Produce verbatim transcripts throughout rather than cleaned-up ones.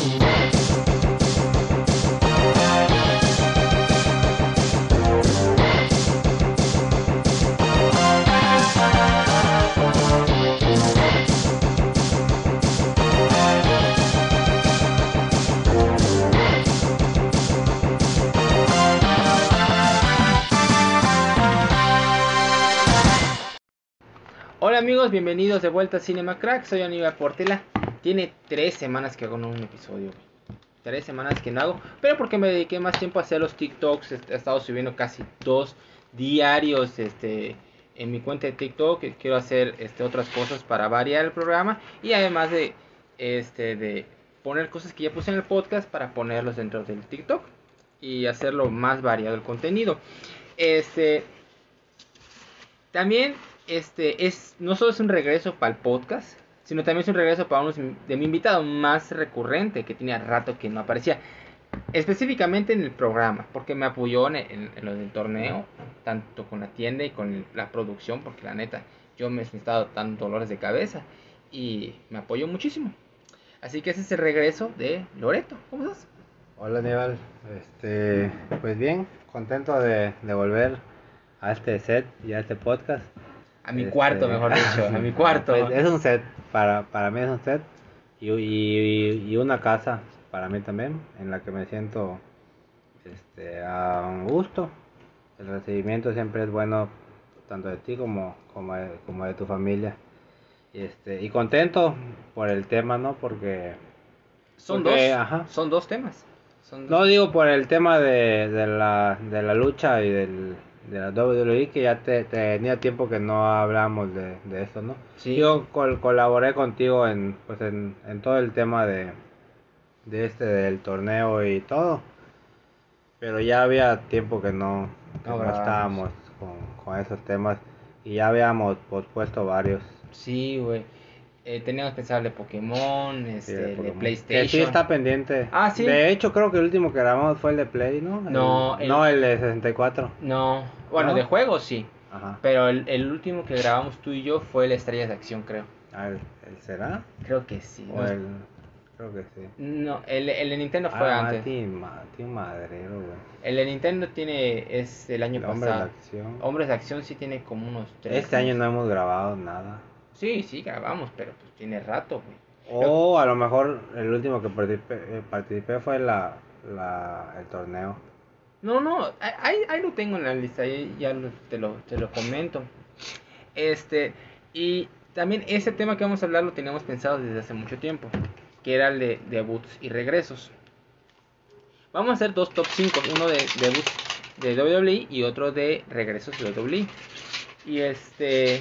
Hola amigos, bienvenidos de vuelta a Cinema Crack, soy Aníbal Portela. Tiene tres semanas que hago un episodio, güey. Tres semanas que no hago, pero porque me dediqué más tiempo a hacer los TikToks. He estado subiendo casi dos diarios este, en mi cuenta de TikTok. Quiero hacer este, otras cosas para variar el programa. Y además de, este, de poner cosas que ya puse en el podcast para ponerlos dentro del TikTok. Y hacerlo más variado el contenido. Este, también... Este es no solo es un regreso para el podcast, sino también es un regreso para uno de mi invitado más recurrente, que tenía rato que no aparecía, específicamente en el programa, porque me apoyó en, en, en lo del torneo, tanto con la tienda y con la producción, porque la neta, yo me he estado dando dolores de cabeza y me apoyó muchísimo. Así que ese es el regreso de Loreto. ¿Cómo estás? Hola Aníbal, este, pues bien, contento de, de volver a este set y a este podcast. A mi Este, cuarto, mejor dicho, a mi cuarto. Pues es un set, para, para mí es un set y, y, y una casa para mí también, en la que me siento este, a un gusto. El recibimiento siempre es bueno, tanto de ti como, como, de, como de tu familia. Y, este, y contento por el tema, ¿no? Porque... Son porque, dos, ajá. son dos temas. Son dos. No digo por el tema de, de, la, de la lucha y del, de la doble u doble u E, que ya te, tenía tiempo que no hablamos de, de eso, ¿no? Sí. Yo col, colaboré contigo en, pues en, en todo el tema de, de este del torneo y todo, pero ya había tiempo que no, que No no grabamos. estábamos con, con esos temas y ya habíamos pospuesto varios. Sí, güey. Eh, teníamos pensado el de Pokémon, este, Sí, de de Pokémon. PlayStation. Que sí está pendiente. Ah, sí. De hecho, creo que el último que grabamos fue el de Play, ¿no? No, el, el- no el de sesenta y cuatro. No, bueno, ¿No? de juegos sí. Ajá. Pero el, el último que grabamos tú y yo fue el Estrellas de Acción, creo. Ah, ¿el, el será? Creo que sí. O No, el... Creo que sí. no, el, el de Nintendo fue Ah, antes. Mati, Mati Madrero, güey. El de Nintendo tiene, es el año El hombre de la pasado. acción. Hombres de Acción sí tiene como unos tres. Este año no hemos grabado nada. Sí, sí, grabamos, pero pues tiene rato, güey. O a lo mejor el último que participé, eh, participé fue la, la, el torneo. No, no, ahí, ahí lo tengo en la lista, ahí ya lo- te, lo, te lo comento. Este, y también ese tema que vamos a hablar lo teníamos pensado desde hace mucho tiempo, que era el de debuts y regresos. Vamos a hacer dos top cinco, uno de debuts de doble u doble u E y otro de regresos de doble u doble u E. Y este,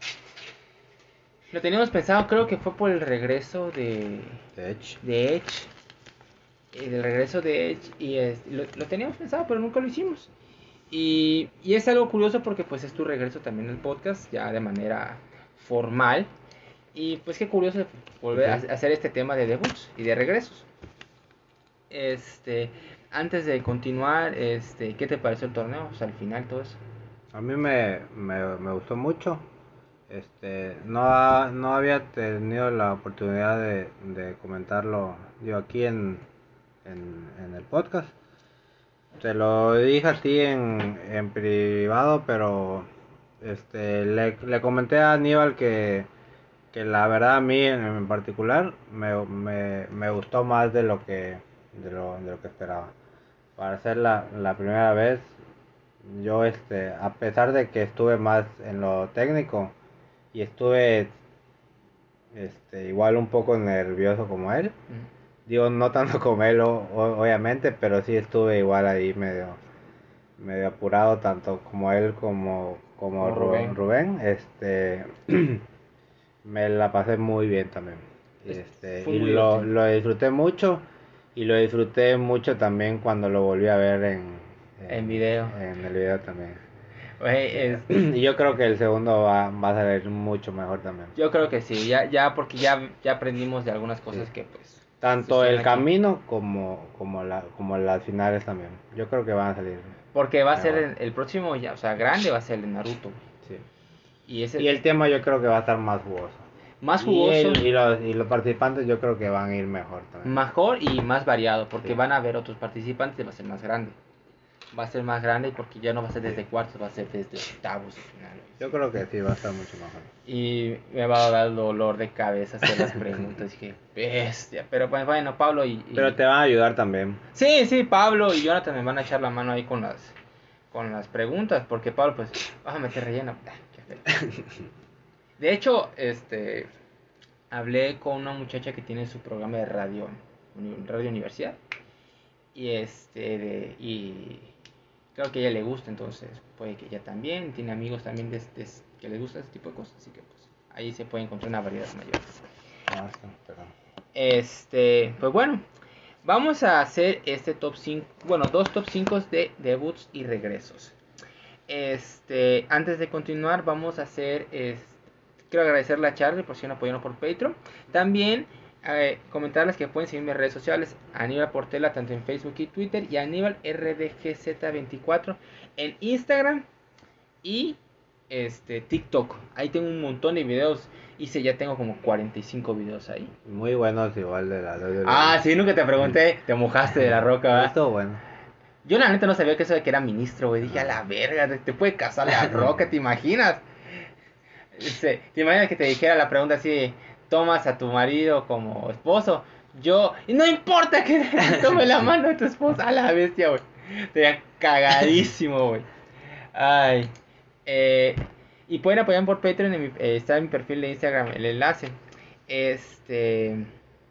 lo teníamos pensado, creo que fue por el regreso de, De hecho. de Edge. El regreso de Edge y es- lo, lo teníamos pensado, pero nunca lo hicimos. Y, y es algo curioso porque pues es tu regreso también al podcast, ya de manera formal. Y pues qué curioso volver a, a hacer este tema de debuts y de regresos. Este, antes de continuar, este, ¿qué te pareció el torneo? O sea, al final todo eso. A mí me, me, me gustó mucho. Este, no, ha- no había tenido la oportunidad de, de comentarlo yo aquí en, en, en el podcast. Te lo dije a ti en, en privado, pero este, le, le comenté a Aníbal que, que la verdad a mí en, en particular me, me, me gustó más de lo que, de lo, de lo que esperaba. Para ser la, la primera vez, yo este, a pesar de que estuve más en lo técnico y estuve este, igual un poco nervioso como él, Mm. digo no tanto como él o- o- obviamente, pero sí estuve igual ahí medio medio apurado tanto como él como como Como Ru- Rubén. Rubén, este me la pasé muy bien también. Es- Este, fue y muy lo, divertido. lo disfruté mucho y lo disfruté mucho también cuando lo volví a ver en, En video. en el video también. Güey, es- Y yo creo que el segundo va, va a salir mucho mejor también. yo creo que sí, ya, ya porque ya, ya aprendimos de algunas cosas Sí. que pues... Tanto suceden el aquí. camino como, como, la, como las finales también. Yo creo que van a salir. Porque va a ser mejor. el, el próximo, ya, o sea, grande va a ser el de Naruto. Sí. Y ese Y el tema yo creo que va a estar más jugoso. más Y, jugoso, el- y los, y los participantes yo creo que van a ir mejor también. mejor y más variado, porque Sí. van a haber otros participantes y va a ser más grande. Va a ser más grande porque ya no va a ser desde Sí. cuartos, va a ser desde octavos y finales. Yo creo que sí, va a estar mucho mejor. Y me va a dar dolor de cabeza hacer las preguntas. Dije, bestia. Pero pues, bueno, Pablo y, y- Pero te van a ayudar también. Sí, sí, Pablo y Jonathan me van a echar la mano ahí con las con las preguntas. Porque Pablo, pues, vas a meter relleno. Ah, qué feo. De hecho, este hablé con una muchacha que tiene su programa de radio, uni- Radio Universidad. Y este de- y creo que a ella le gusta, entonces puede que ella también tiene amigos también de, de- que les gusta ese tipo de cosas, así que pues ahí se puede encontrar una variedad mayor. Ah, sí, pero- Este, pues bueno, vamos a hacer este top cinco, bueno, dos top cinco de debuts y regresos. Este, antes de continuar, vamos a hacer, es, quiero agradecerle a Charlie por si no apoyaron por Patreon. También eh, comentarles que pueden seguirme en redes sociales, Aníbal Portela, tanto en Facebook y Twitter, y Aníbal R D G Z veinticuatro en Instagram y este TikTok. Ahí tengo un montón de videos. Hice, ya tengo como cuarenta y cinco videos ahí. Muy buenos igual de la W W E. Ah, sí, nunca te pregunté. Te mojaste de la roca, ¿verdad? Estuvo bueno. Yo la neta no sabía que eso de que era ministro, güey. Dije, a la verga, te- te puede casar la roca, ¿te imaginas? Este, ¿te imaginas que te dijera la pregunta así, tomas a tu marido como esposo? Yo, y no importa que tome la mano de tu esposa, a la bestia, güey. Estaría cagadísimo, güey. Ay. Eh, y pueden apoyar por Patreon, en mi- eh, está en mi perfil de Instagram el enlace. Este...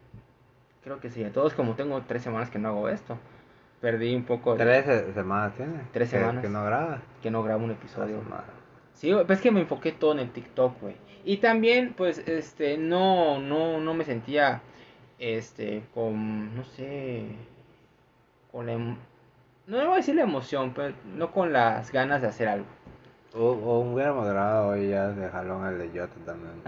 Creo que sí, a todos como tengo tres semanas que no hago esto. Perdí un poco de... Tres se- semanas tiene. Tres que- semanas. Que no graba. que no grabo un A episodio. su madre. Sí, güey, pues es que me enfoqué todo en el TikTok, güey. Y también, pues, este, no, no, no me sentía, este, con, no sé, con la, em- no voy a decir la emoción, pero no con las ganas de hacer algo. O, o hubiéramos grabado hoy ya de jalón el de Jota también.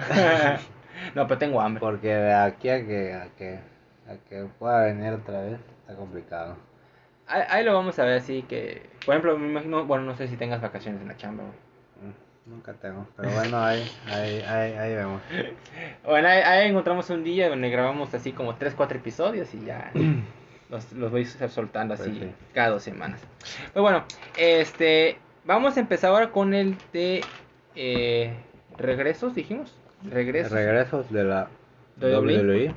No, pero tengo hambre. Porque de aquí a que, a que, a que pueda venir otra vez, está complicado. Ahí, ahí lo vamos a ver, así que, por ejemplo, me imagino, bueno, no sé si tengas vacaciones en la chamba, güey. Mm, Nunca tengo, pero bueno, ahí, ahí, ahí, ahí vemos. Bueno, ahí, ahí encontramos un día donde grabamos así como tres cuatro episodios y ya los, los voy a estar soltando así Pues sí. cada dos semanas. Pero bueno, este, vamos a empezar ahora con el de eh, regresos, dijimos. Regresos. Regresos de la W W E. W W E.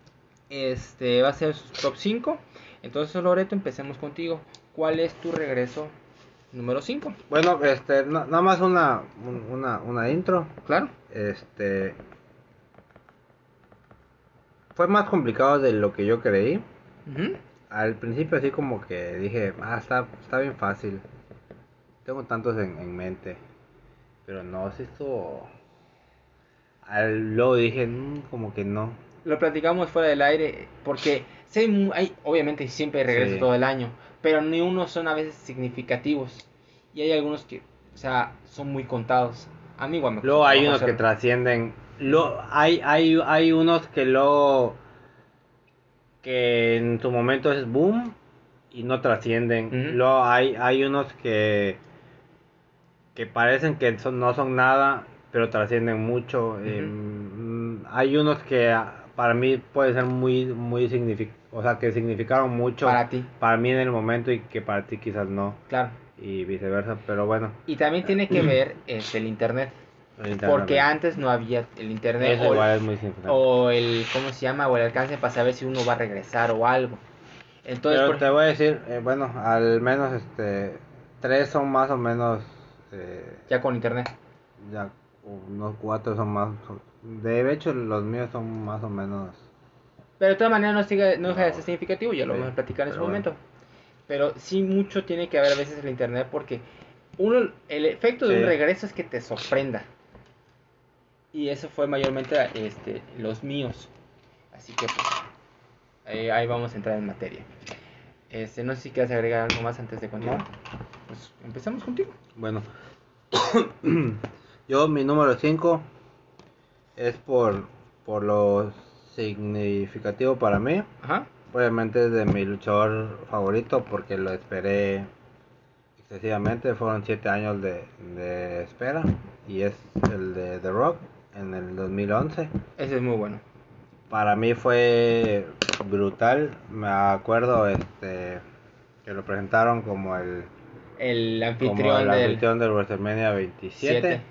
Este va a ser su top cinco. Entonces, Loreto, empecemos contigo. ¿Cuál es tu regreso número cinco? Bueno, este, no- nada más una, un- una, una intro. Claro. Este, fue más complicado de lo que yo creí. Ujú. Al principio así como que dije, ah, está, está bien fácil. Tengo tantos en, en mente. Pero no, si esto... Al, luego dije, "Mm, como que no. Lo platicamos fuera del aire porque sí hay, mu- hay- obviamente siempre hay regreso Sí. todo el año, pero ni unos son a veces significativos y hay algunos que, o sea, son muy contados. A mí igual me Luego costó hay trabajo unos que hacerlo. trascienden. Lo, hay, hay, hay unos que luego... Que en su momento es boom y no trascienden. Ujú. Luego hay, hay unos que... Que parecen que son, no son nada, pero trascienden mucho. Ujú. Eh, mm, hay unos que ah, para mí puede ser muy, muy signific o sea, que significaron mucho Para ti, para mí en el momento y que para ti quizás no, claro. y viceversa, pero bueno. Y también tiene que ver este, el internet, el internet, porque antes no había el internet eso o, igual es muy significante. o el, ¿cómo se llama? O el alcance para saber si uno va a regresar o algo. Entonces, pero por te voy a decir, eh, bueno, al menos este tres son más o menos eh, ya con internet. ya unos cuatro son más, de hecho los míos son más o menos. Pero de todas maneras no, sigue, no deja de No. ser significativo, ya lo Sí, vamos a platicar en su pero bueno. momento. Pero sí mucho tiene que ver a veces el internet porque uno el efecto de Sí. un regreso es que te sorprenda. Y eso fue mayormente este, los míos. Así que pues ahí, ahí vamos a entrar en materia. Este, no sé si quieres agregar algo más antes de continuar. Pues empezamos contigo. Bueno, yo mi número cinco es por, por lo significativo para mí. Ajá. Obviamente es de mi luchador favorito porque lo esperé excesivamente. Fueron siete años de, de espera y es el de The Rock. en el dos mil once. Ese es muy bueno. Para mí fue brutal. Me acuerdo este que lo presentaron como el El como anfitrión el del anfitrión del WrestleMania veintisiete. siete.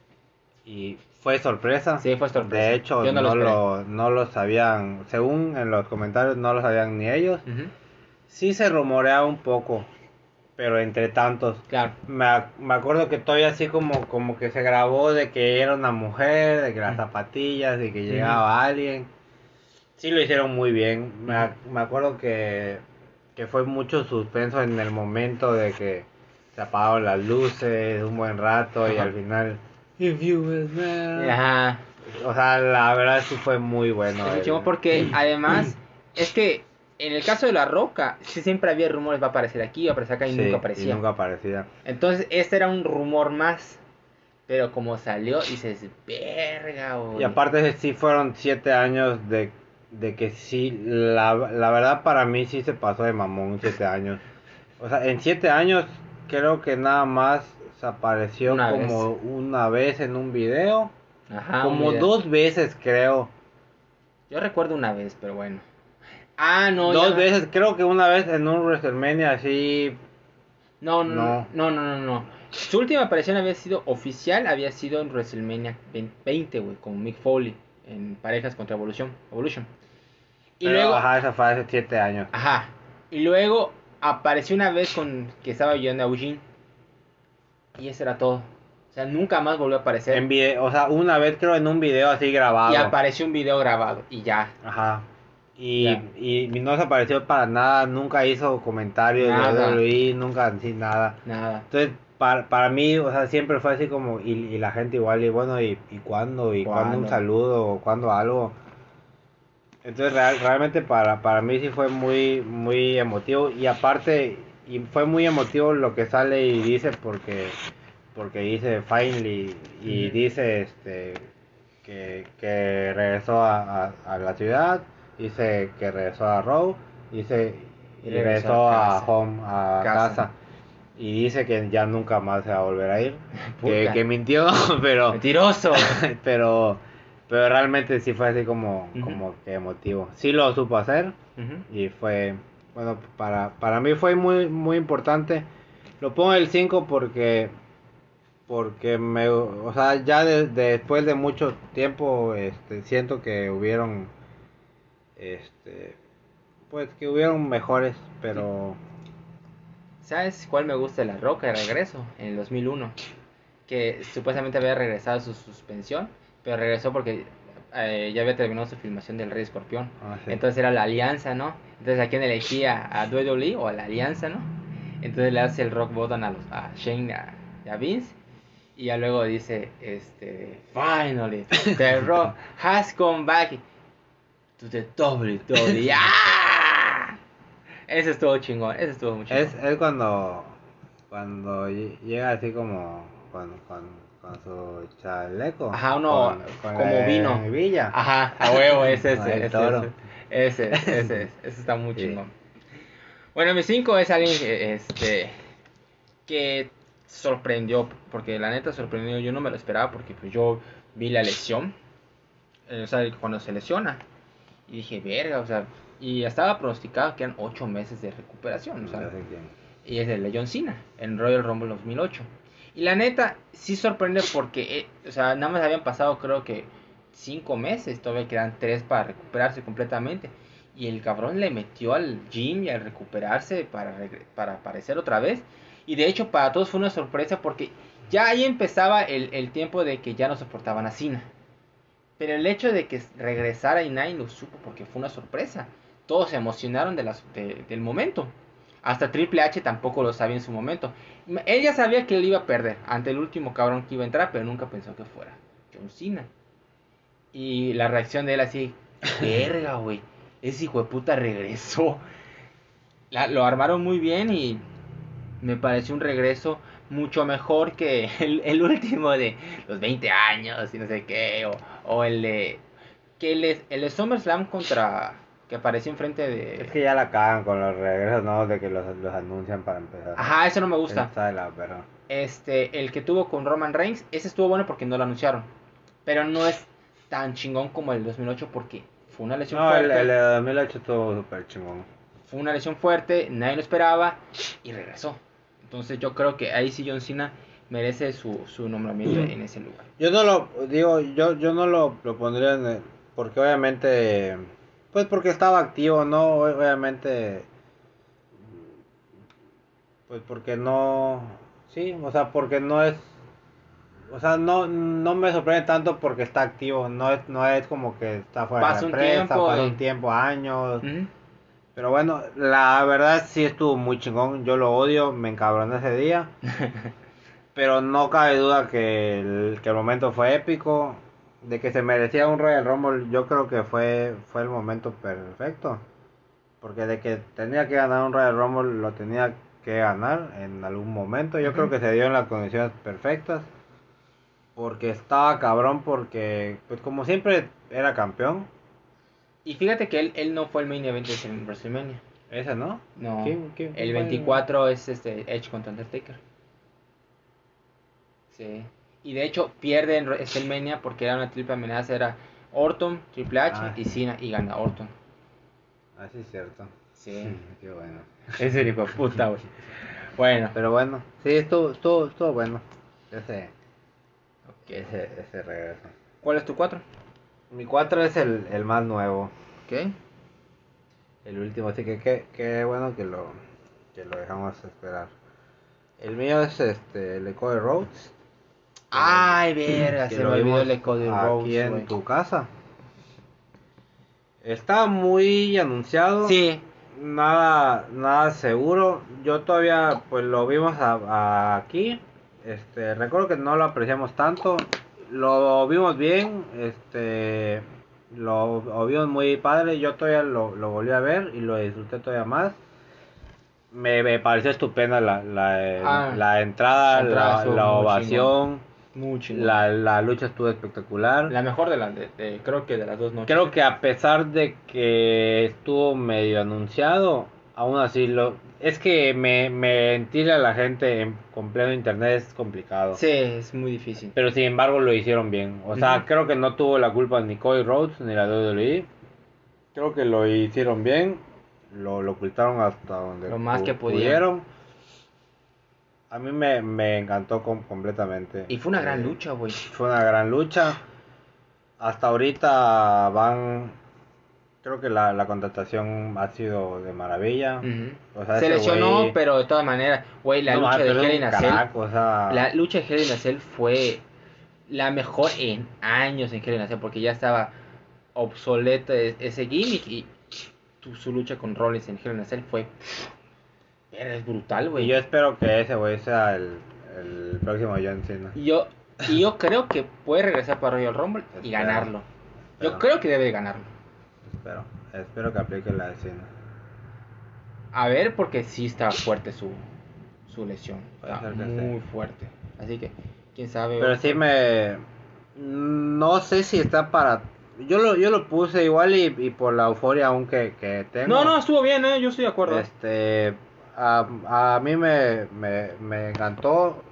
Y fue sorpresa. Sí, fue sorpresa. De hecho, Yo no lo no, esperé. lo, no lo sabían, según en los comentarios, no lo sabían ni ellos. Ujú. Sí se rumoreaba un poco, pero entre tantos. Claro. Me, ac- me acuerdo que todavía así como, como que se grabó de que era una mujer, de que las Ujú. zapatillas, de que llegaba alguien. Sí lo hicieron muy bien. Me, ac- me acuerdo que, que fue mucho suspenso en el momento de que se apagaron las luces un buen rato y Ajá. al final... If you will never- Ajá. O sea, la verdad sí fue muy bueno. Es muy el- chingón porque además es que en el caso de La Roca, sí siempre había rumores, va a aparecer aquí, va a aparecer acá y Sí, nunca y aparecía. nunca aparecía. Entonces, este era un rumor más. Pero como salió, dices, verga, Y güey. aparte sí fueron siete años de, de que sí, la, la verdad para mí sí se pasó de mamón siete años. O sea, en siete años creo que nada más se apareció Una como vez. una vez en un video. Ajá, un Como video. dos veces creo. Yo recuerdo una vez, pero bueno. Ah, no, Dos ya. veces, creo que una vez en un WrestleMania así. No, no, No. no, no, no, no. Su última aparición había sido oficial, había sido en WrestleMania veinte, güey, con Mick Foley en parejas contra Evolution. Evolution. Y Pero, luego, ajá, esa fue hace siete años. ajá. Y luego apareció una vez con que estaba ayudando a Eugene. Y eso era todo. O sea, nunca más volvió a aparecer. En video, o sea, una vez creo en un video así grabado. Y apareció un video grabado y ya. Ajá. Y, Ya. y no se apareció para nada, nunca hizo comentarios Nada. de W W E, nunca así nada. Nada. Entonces, para, para mí, o sea, siempre fue así como, y, y la gente igual, y bueno, ¿y, y cuándo? ¿Y cuándo un ¿Cuándo? saludo? ¿O cuándo algo? Entonces, real- realmente para, para mí sí fue muy, muy emotivo. Y aparte, y fue muy emotivo lo que sale y dice porque, porque dice finally, y Ujú. dice este que, que regresó a, a, a la ciudad, dice que regresó a Raw, dice y Y regresó regresó a a, casa. home, a Casa. casa. Y dice que ya nunca más se va a volver a ir. que, Puta. que mintió, pero Mentiroso. pero pero realmente sí fue así como, Ujú. como que emotivo. Sí lo supo hacer Ujú. y fue, bueno, para, para mí fue muy muy importante. Lo pongo el cinco porque porque me, o sea, ya de- de- después de mucho tiempo este siento que hubieron este pues que hubieron mejores, pero ¿Sabes cuál me gusta de La Roca de regreso? En el dos mil uno. Que supuestamente había regresado a su suspensión, pero regresó porque eh, ya había terminado su filmación del Rey Escorpión. ah, sí. Entonces era la alianza, ¿no? Entonces a quién elegía, a W W E o a la alianza, ¿no? Entonces le hace el rock bottom a, los, a Shane a, y a Vince. Y ya luego dice, este, finally, The Rock has come back to the W W E. ¡Ah! Ese estuvo chingón, ese estuvo muy chingón. Es, es cuando cuando lle- llega así como con, con, con su chaleco. Ajá, uno con, con como la vino. hebilla. Ajá, a huevo, ese, Con ese, el ese, toro. ese, ese, ese, ese está muy Sí. chingón. Bueno, mi cinco es alguien que, este, que sorprendió, porque la neta sorprendió, yo no me lo esperaba, porque pues yo vi la lesión, eh, o sea, cuando se lesiona, y dije, verga, o sea, y estaba pronosticado que eran ocho meses de recuperación, o sea, No sé quién. y es el de John Cena en Royal Rumble dos mil ocho. Y la neta, sí sorprende porque, eh, o sea, nada más habían pasado creo que cinco meses, todavía quedan tres para recuperarse completamente. Y el cabrón le metió al gym y al recuperarse para, regre- para aparecer otra vez. Y de hecho para todos fue una sorpresa porque ya ahí empezaba el, el tiempo de que ya no soportaban a Cena. Pero el hecho de que regresara y nadie lo supo porque fue una sorpresa. Todos se emocionaron de las, de- del momento. Hasta Triple H tampoco lo sabía en su momento. Él ya sabía que él iba a perder ante el último cabrón que iba a entrar, pero nunca pensó que fuera John Cena. Y la reacción de él así, verga, güey, ese hijo de puta regresó. La- lo armaron muy bien y me pareció un regreso mucho mejor que el, el último de los veinte años y no sé qué. O, o el de. Que el de, el de SummerSlam contra. Que apareció enfrente de. Es que ya la cagan con los regresos, ¿no? De que los, los anuncian para empezar. Ajá, eso no me gusta. Esa es la, pero... Este, el que tuvo con Roman Reigns, ese estuvo bueno porque no lo anunciaron. pero no es tan chingón como el dos mil ocho porque fue una lesión No, el, fuerte. el de dos mil ocho estuvo súper chingón. Fue una lesión fuerte, nadie lo esperaba y regresó. Entonces yo creo que ahí sí John Cena merece su, su nombramiento en ese lugar. Yo no lo, digo, yo, yo no lo, lo pondría en el- porque obviamente, pues porque estaba activo, ¿no? Obviamente, pues porque no, sí, o sea, porque no es, o sea, no, no me sorprende tanto porque está activo, no es, no es como que está fuera de la Pasa un empresa, tiempo pasa y... un tiempo, años, Ujú. pero bueno, la verdad sí estuvo muy chingón, yo lo odio, me encabroné ese día, pero no cabe duda que el, que el momento fue épico, de que se merecía un Royal Rumble, yo creo que fue, fue el momento perfecto, porque de que tenía que ganar un Royal Rumble, lo tenía que ganar en algún momento, yo creo Ujú. que se dio en las condiciones perfectas, porque estaba cabrón, porque pues como siempre era campeón, Y fíjate que él, él no fue el main event en WrestleMania. ese no, No, ¿quién, quién, quién el fue veinticuatro es este Edge contra Undertaker. Sí. Y de hecho pierde en WrestleMania porque era una triple amenaza, era Orton, Triple H Ah, y Cena y gana Orton. así es cierto, Sí. qué bueno. Ese hijo de puta, güey. Bueno, Pero bueno, sí, estuvo, estuvo, estuvo bueno ese, ok. ese, ese regreso. ¿Cuál es tu cuatro? Mi cuatro es el, el más nuevo, Ok. el último, así que qué qué bueno que lo, que lo dejamos esperar. El mío es este, el Echo de Rhodes, que lo, Ay, verga, que se lo me olvidó vimos el eco de aquí Rose, en güey. tu casa. Está muy anunciado, Sí. nada, nada seguro. Yo todavía, pues lo vimos a- a- aquí. Este, recuerdo que no lo apreciamos tanto. Lo vimos bien, este, lo, lo vimos muy padre. Yo todavía lo, lo volví a ver y lo disfruté todavía más. Me, me pareció estupenda la, la, Ah, la entrada, la entrada la, estuvo la muy chingón. ovación, Muy chingón. la, la lucha estuvo espectacular. La mejor de las, de, de- creo que de las dos noches. Creo ¿eh? que a pesar de que estuvo medio anunciado, aún así lo... Es que me, mentirle a la gente en completo internet es complicado. Sí, es muy difícil. Pero sin embargo lo hicieron bien. O sea, Ujú. creo que no tuvo la culpa ni Cody Rhodes ni la W W E. Creo que lo hicieron bien. Lo, lo ocultaron hasta donde Lo más pu- que podían. pudieron. A mí me, me encantó com- completamente. Y fue una gran Eh, lucha, güey. Fue una gran lucha. Hasta ahorita van... Creo que la, la contratación ha sido de maravilla. Ujú. O sea, Se ese lesionó, güey... pero de todas maneras, güey, la No lucha mames, de pero Hell es in un a Cell, carajo, o sea... la lucha de Hell in a Cell fue la mejor en años en Hell in a Cell, porque ya estaba obsoleto e- ese gimmick y tu- su lucha con Rollins en Hell in a Cell fue, era es brutal, Y güey. yo espero que ese güey sea el, el próximo John Cena. Y yo, y yo creo que puede regresar para Royal Rumble y Espero, ganarlo. Yo espero. creo que debe de ganarlo. Espero. Espero que aplique la de Cena. A ver, porque sí está fuerte su, su lesión. Puede Está ser que muy sí. fuerte. Así que, quién sabe. Pero sí me... No sé si está para... Yo lo, yo lo puse igual y, y por la euforia aún que, que tengo. No, no, estuvo bien, ¿eh? Yo estoy de acuerdo. Este... A, a mí me, me, me encantó.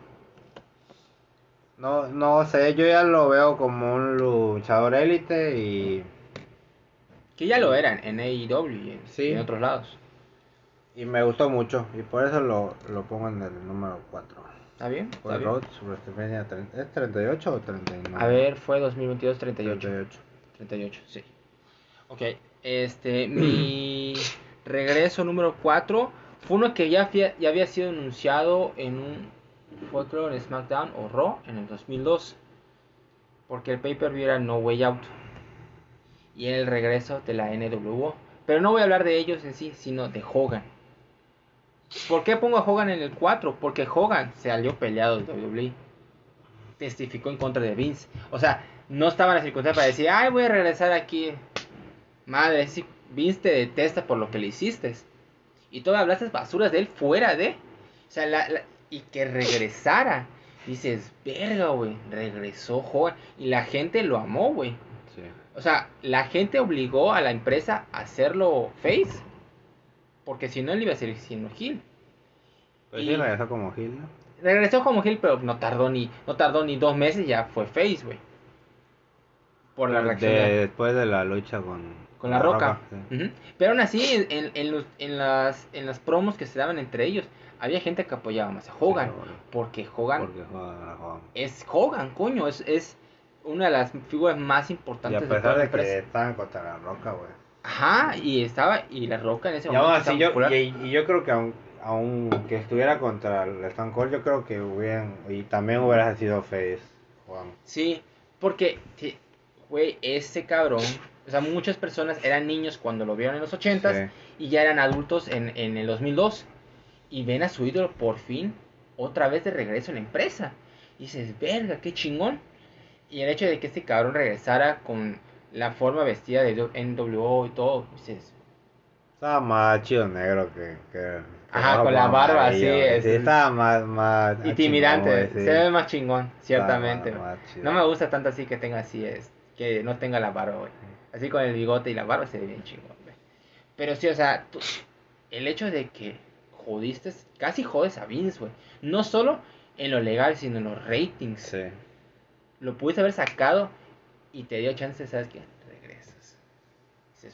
No, no sé, yo ya lo veo como un luchador élite y, Que ya lo eran en A E W y en, y en sí, otros lados. y me gustó mucho y por eso lo, lo pongo en el número cuatro. ¿Está bien? ¿Está Cody bien? Rhodes, WrestleMania treinta, ¿es treinta y ocho o treinta y nueve? A ver, fue dos mil veintidós treinta y ocho. treinta y ocho. treinta y ocho, sí. Ok, este, mi regreso número cuatro fue uno que ya, fia- ya había sido anunciado en un, fue creo en SmackDown o Raw en el dos mil dos. Porque el pay-per-view era No Way Out. Y era el regreso de la N W O. Pero no voy a hablar de ellos en sí, sino de Hogan. ¿Por qué pongo a Hogan en el cuatro? Porque Hogan se salió peleado de W W E. Testificó en contra de Vince. O sea, no estaba en la circunstancia para decir, ay, voy a regresar aquí. Madre, si Vince te detesta por lo que le hiciste. Y todavía hablaste basuras de él fuera de. O sea, la, la- y que regresara. Dices, verga, güey. Regresó Hogan. Y la gente lo amó, güey. Sí. O sea, la gente obligó a la empresa a hacerlo face. Porque si no, él iba a seguir siendo heel. Pues Y sí, regresó como Gil, ¿no? regresó como heel, pero no tardó ni, no tardó ni dos meses, ya fue face, güey. por la de, reacción de, después de la lucha con, con la Roca. sí. Ujú. Pero aún así, en, en, en los, en, las, en las promos que se daban entre ellos, había gente que apoyaba más a Hogan. Sí, bueno, porque Hogan porque Hogan, Hogan. es Hogan, coño. Es, es una de las figuras más Y importantes a de toda pesar la de empresa. que estaban contra la Roca, güey. Ajá, y estaba, y la Roca en ese Y momento aún estaba así, yo, popular. y, y yo creo que aun, aunque estuviera contra el Stone Cold, yo creo que hubieran, y también hubiera sido face, Juan. Sí, porque, sí, güey, ese cabrón, o sea, muchas personas eran niños cuando lo vieron en los ochentas Sí. y ya eran adultos en, en el dos mil dos y ven a su ídolo por fin otra vez de regreso en la empresa. Y dices, verga, qué chingón. Y el hecho de que este cabrón regresara con la forma vestida de N W O y todo, dices, Estaba más chido negro que, que, que ajá, rojo con con la barba así, amarillo, güey. es, Sí, estaba más, más ah, chingón, güey, intimidante, se sí. ve más chingón, Estaba más, ciertamente. más chido. No me gusta tanto así que tenga así, es, que no tenga la barba, güey. Así con el bigote y la barba se ve bien chingón, güey. Pero sí, o sea, tú- el hecho de que jodiste, casi jodes a Vince, güey. No solo en lo legal, sino en los ratings. Sí. Lo pudiste haber sacado y te dio chance, ¿sabes qué? Regresas. Dices,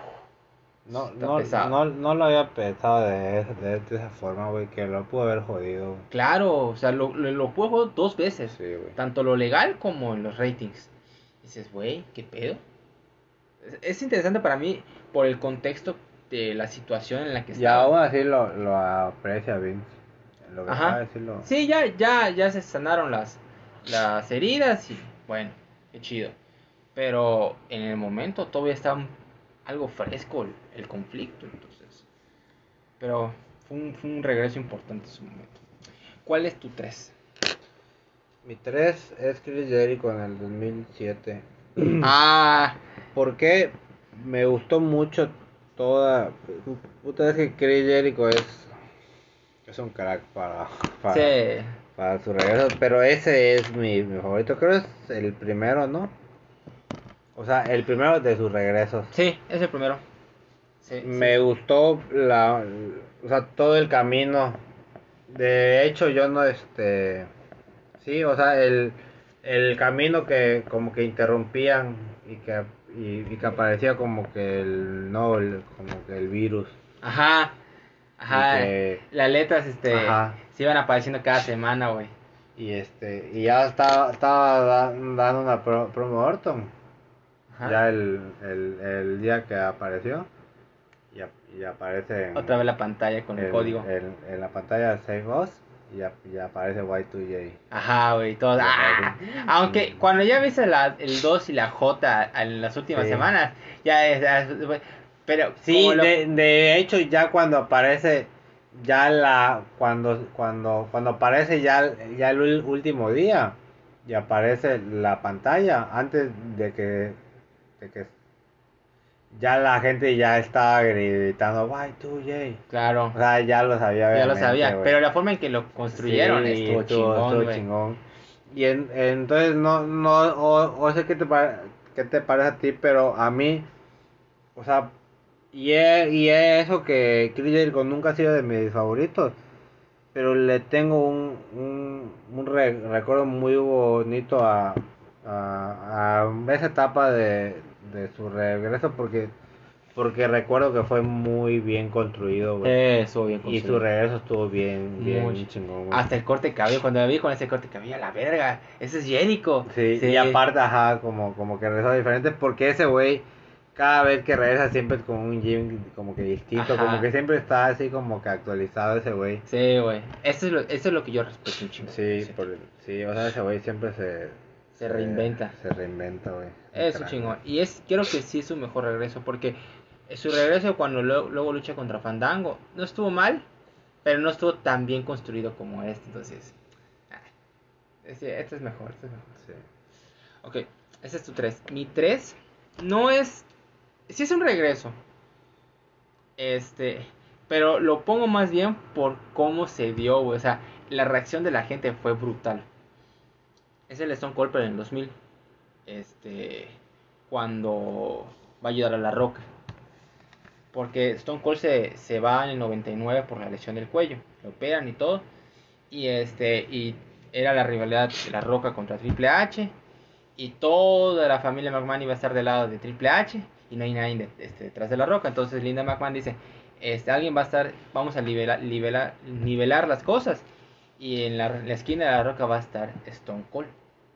No, está no, pesado. no, no lo había pensado de, de, de esa forma, güey, que lo pudo haber jodido. Claro, o sea, lo, lo, lo juego dos veces. Sí, güey. Tanto lo legal como en los ratings. Dices, güey, ¿qué pedo? Es, es interesante para mí por el contexto de la situación en la que Y aún estaba. así lo, lo aprecia Vince. Lo que acaba Ajá. de decirlo. Sí, ya, ya, ya se sanaron las, las heridas y bueno, qué chido. Pero en el momento todavía está un- algo fresco el, el conflicto, entonces. Pero fue un, fue un regreso importante en su momento. ¿Cuál es tu tres? Mi tres es Chris Jericho en el dos mil siete. Ah, ¿Por qué? Me gustó mucho toda. Puta, es que Chris Jericho es. Es un crack para. sí. Para, para su regreso. Pero ese es mi, mi favorito. Creo que es el primero, ¿no? O sea, el primero de sus regresos. Sí, es el primero. Sí, Me sí. gustó la. O sea, todo el camino. De hecho, yo no, este. Sí, o sea, el, el camino que como que interrumpían y que, y, y que aparecía como que el, no, el- como que el virus. Ajá. Ajá. Y que, Las letras, este, ajá, se iban apareciendo cada semana, güey. y este, y ya estaba, estaba da- dando una pro- promo Orton, Ajá. ya el, el, el día que apareció, y, ap- y aparece en, Otra vez la pantalla con el en- código. en- en la pantalla Save Us, y, ap- y aparece Y dos J. Ajá, güey, todo. Y ¡Ah! aparece- Aunque cuando ya viste la, el dos y la J en las últimas Sí. semanas, ya es. es- güey, pero Sí, como lo- de, de hecho ya cuando aparece ya la cuando cuando cuando aparece ya ya el ul- último día y aparece la pantalla antes de que de que ya la gente ya estaba gritando Y dos J. Claro, O sea, ya lo sabía ya lo obviamente, sabía. güey. Pero la forma en que lo construyeron Sí, estuvo, chingón, estuvo güey. chingón. Y en- entonces no no o, o sé qué te pare- qué te parece a ti, pero a mí, o sea, y, e- y eso que Chris Jericho nunca ha sido de mis favoritos, pero le tengo un, un, un re- recuerdo muy bonito a, a, a esa etapa de, de su regreso porque porque recuerdo que fue muy bien construido, güey. Eh, estuvo bien Y su construido. regreso estuvo bien, bien Muy. chingón, güey. Hasta el corte de cabello, cuando me vi con ese corte de cabello, a la verga, ese es Jericho. Sí, y aparte, ajá, como, como que regresó diferente porque ese güey, cada vez que regresa siempre es con un gym como que distinto, Ajá. como que siempre está así como que actualizado ese güey. Sí, güey. Eso es lo, eso es lo que yo respeto un chingo. Sí, por, sí, o sea, ese güey siempre se... Se reinventa. Se reinventa, güey. Es un Crack, chingón. güey. Y es, creo que sí es su mejor regreso. Porque su regreso cuando luego, luego lucha contra Fandango no estuvo mal, pero no estuvo tan bien construido como este. Entonces, ah, este, este es mejor. Este es mejor. Sí. Ok, ese es tu tres. Mi tres no es. Sí es un regreso. Este. Pero lo pongo más bien por cómo se dio, güey. O sea, la reacción de la gente fue brutal. Es el Stone Cold pero en el dos mil. Este. Cuando va a ayudar a La Roca. Porque Stone Cold se, se va en el noventa y nueve por la lesión del cuello. Lo operan y todo. Y este. Y era la rivalidad de La Roca contra Triple H. y toda la familia McMahon iba a estar del lado de Triple H y no hay nadie de- este, detrás de La Roca. Entonces Linda McMahon dice, este, alguien va a estar, vamos a nivelar, nivelar, nivelar las cosas y en la, la esquina de La Roca va a estar Stone Cold.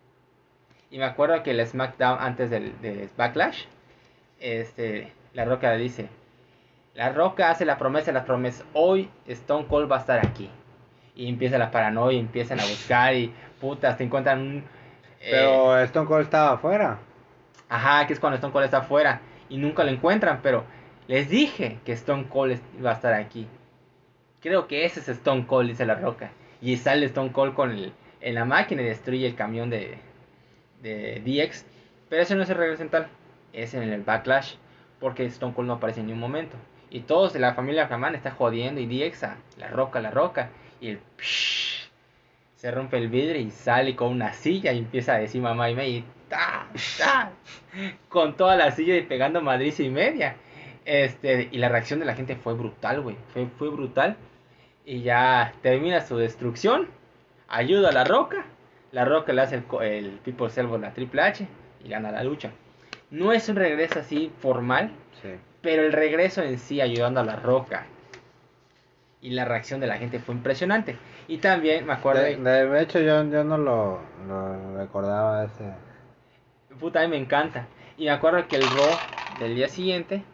Y me acuerdo que el SmackDown antes del, del Backlash, este, La Roca dice, La Roca hace la promesa, la promesa, hoy Stone Cold va a estar aquí. Y empieza la paranoia, empiezan a buscar y putas, te encuentran un... eh, Pero Stone Cold estaba afuera. Ajá, que es cuando Stone Cold está afuera y nunca lo encuentran, pero les dije que Stone Cold iba a estar aquí. Creo que ese es Stone Cold, dice La Roca. Y sale Stone Cold con el, en la máquina y destruye el camión de, de D X. Pero ese no es el regreso en tal, es en el Backlash, porque Stone Cold no aparece en ningún momento. Y todos de la familia Haman está jodiendo y D X a La Roca, La Roca. Y el psh, se rompe el vidrio y sale con una silla y empieza a decir mamá y media y ta, ta, con toda la silla y pegando madriz y media. Este, y la reacción de la gente fue brutal, güey. Fue, fue brutal. Y ya termina su destrucción. Ayuda a La Roca. La Roca le hace el, co- el People's Elbow a la Triple H y gana la lucha. No es un regreso así formal, Sí. pero el regreso en sí ayudando a La Roca. Y la reacción de la gente fue impresionante. Y también me acuerdo De, de... de hecho, yo, yo no lo, lo recordaba ese. Puta, a mí me encanta. Y me acuerdo que el Raw del día siguiente,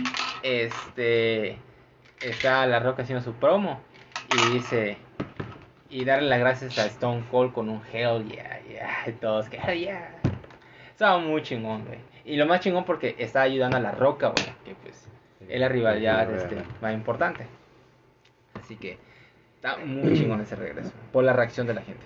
este, está La Roca haciendo su promo y dice, y darle las gracias a Stone Cold con un hell yeah, yeah, y todos que hell yeah. Estaba muy chingón, güey. Y lo más chingón porque está ayudando a La Roca, güey, que pues Sí, es la sí, rivalidad sí, este, obviamente. más importante. Así que está muy chingón ese regreso, por la reacción de la gente.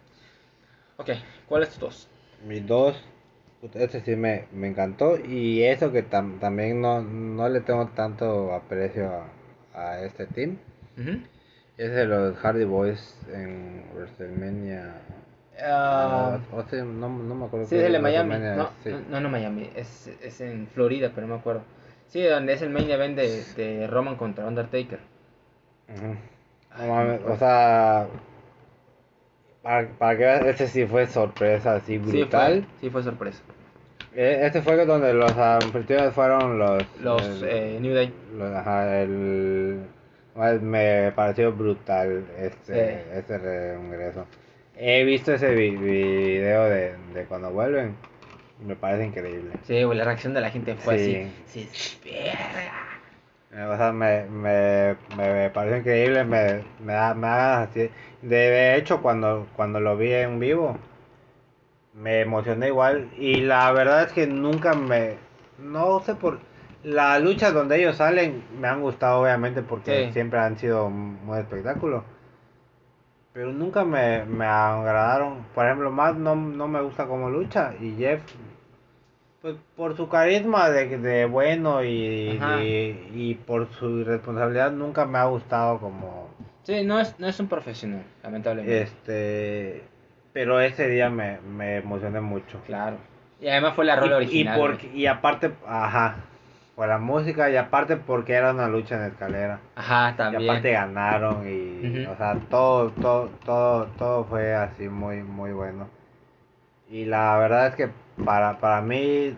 Ok, ¿cuál es tu dos? Mis dos, puta, este sí me, me encantó. Y eso que tam- también no, no le tengo tanto aprecio a, a este team. Ujú. Es de los Hardy Boys en WrestleMania. Ah, O, o sea, no, no me acuerdo sí, es el qué de Miami. WrestleMania es. No, Sí. no, no, no Miami. Es, es en Florida, pero no me acuerdo. Sí, donde es el main event de, de Roman contra Undertaker. Ujú. No Ay, no me mames, o acuerdo. sea, para, para que veas, este sí fue sorpresa, así Sí fue, brutal. sí fue sorpresa. Eh, Este fue donde los anfitriones fueron los, Los el- eh, New Day. los- ajá, el, pues, me pareció brutal Sí. este, este regreso. He visto ese vi- video de, de cuando vuelven, me parece increíble. Sí, güey, la reacción de la gente fue así. Sí, Sí, verga. eh, o sea, me, me, me pareció increíble, me, me da, me da ganas así. De hecho, cuando, cuando lo vi en vivo, me emocioné igual. Y la verdad es que nunca me... No sé por... Las luchas donde ellos salen me han gustado obviamente porque Sí. siempre han sido un buen espectáculo. Pero nunca me, me agradaron. Por ejemplo, más no, no me gusta como lucha. Y Jeff, pues por su carisma de, de bueno y, Ajá. de- y por su responsabilidad nunca me ha gustado como... Sí, no es, no es un profesional, lamentablemente. Este... Pero ese día me, me emocioné mucho. Claro. Y además fue la Y, rola y, original, güey. porque, y aparte, ajá, por la música y aparte porque era una lucha en escalera. Ajá, Y aparte también. ganaron y, Ujú. o sea, todo, todo, todo, todo fue así muy, muy bueno. Y la verdad es que para, para mí,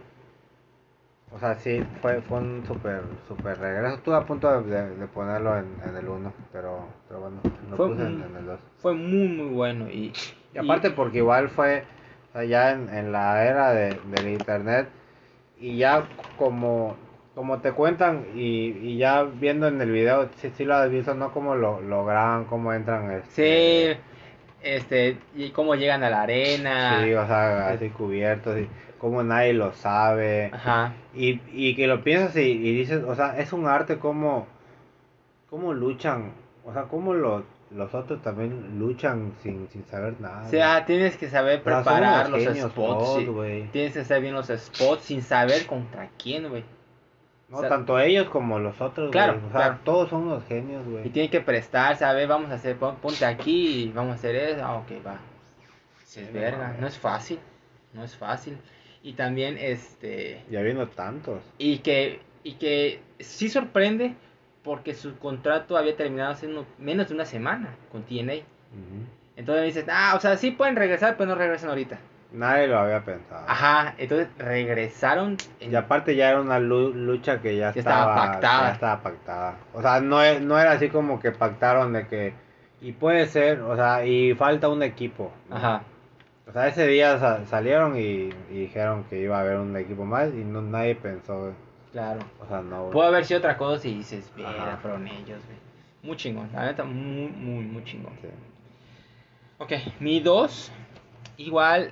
o sea, sí, fue, fue un súper, súper regreso. Estuve a punto de, de ponerlo en, en el uno, pero, pero bueno, lo Fue, puse en, mu- en el dos. fue muy, muy bueno. Y, Y y aparte porque igual fue, o sea, ya en, en la era de, del internet, y ya como, como te cuentan y, y ya viendo en el video, si sí, lo has visto, ¿no? Cómo lo, lo graban, cómo entran, este, sí, este, y cómo llegan a la sí, arena. o sea, eh, así cubiertos, y cómo nadie lo sabe, Ajá. y, y que lo piensas y, y dices, o sea, es un arte cómo, cómo luchan, o sea, cómo los, los otros también luchan sin, sin saber O nada, güey. sea, tienes que saber O sea, son unos preparar los genios spots. todos, Sí, güey. tienes que saber bien los spots sin saber contra quién, güey. O No, sea, tanto ellos como los otros, güey. claro, O sea, claro. todos son unos genios, Y güey. tienen que prestarse, a ver, vamos a hacer, pon- ponte aquí y vamos a hacer eso. Ah, ok, va. Si Sí, es no verga, no mames. es fácil, no es fácil. Y también, este, Ya viendo tantos. y que, y que sí sorprende porque su contrato había terminado hace uno- menos de una semana con T N A. Ujú. Entonces dices, ah, o sea, sí pueden regresar, pero no regresan ahorita. Nadie lo había pensado. Ajá, entonces regresaron. En... Y aparte ya era una lucha que ya, ya estaba, estaba pactada. Que ya estaba pactada. O sea, no, no era así como que pactaron de que... Y puede ser, o sea, y falta un equipo. ¿no? Ajá. O sea, ese día sa- salieron y, y dijeron que iba a haber un equipo más y no, nadie pensó. Claro. O sea, no. Puede haber sido otra cosa y dices, mira, Ajá. fueron ellos, güey. Muy chingón, la neta, muy, muy, muy chingón. Sí. Ok, mi dos, igual,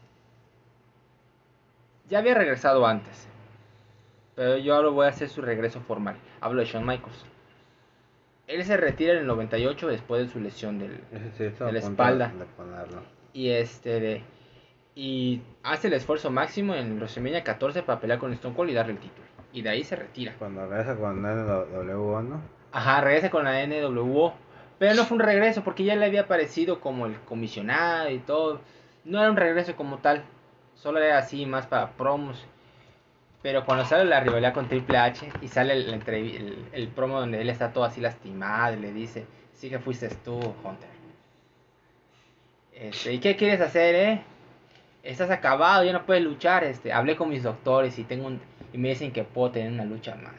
ya había regresado antes, pero yo ahora voy a hacer su regreso formal. Hablo de Shawn Michaels. Él se retira en el noventa y ocho después de su lesión del, Ese sí está de a la punto espalda. de ponerlo. Y este de, y hace el esfuerzo máximo en WrestleMania catorce para pelear con Stone Cold y darle el título. Y de ahí se retira. Cuando regresa con N W O, ¿no? Ajá, regresa con la N W O. Pero no fue un regreso porque ya le había aparecido como el comisionado y todo. No era un regreso como tal. Solo era así, más para promos. Pero cuando sale la rivalidad con Triple H y sale el, el, el, el promo donde él está todo así lastimado y le dice, sí que fuiste tú, Hunter. Este, ¿y qué quieres hacer, eh? Estás acabado, ya no puedes luchar. Este, hablé con mis doctores y tengo un, y me dicen que puedo tener una lucha más.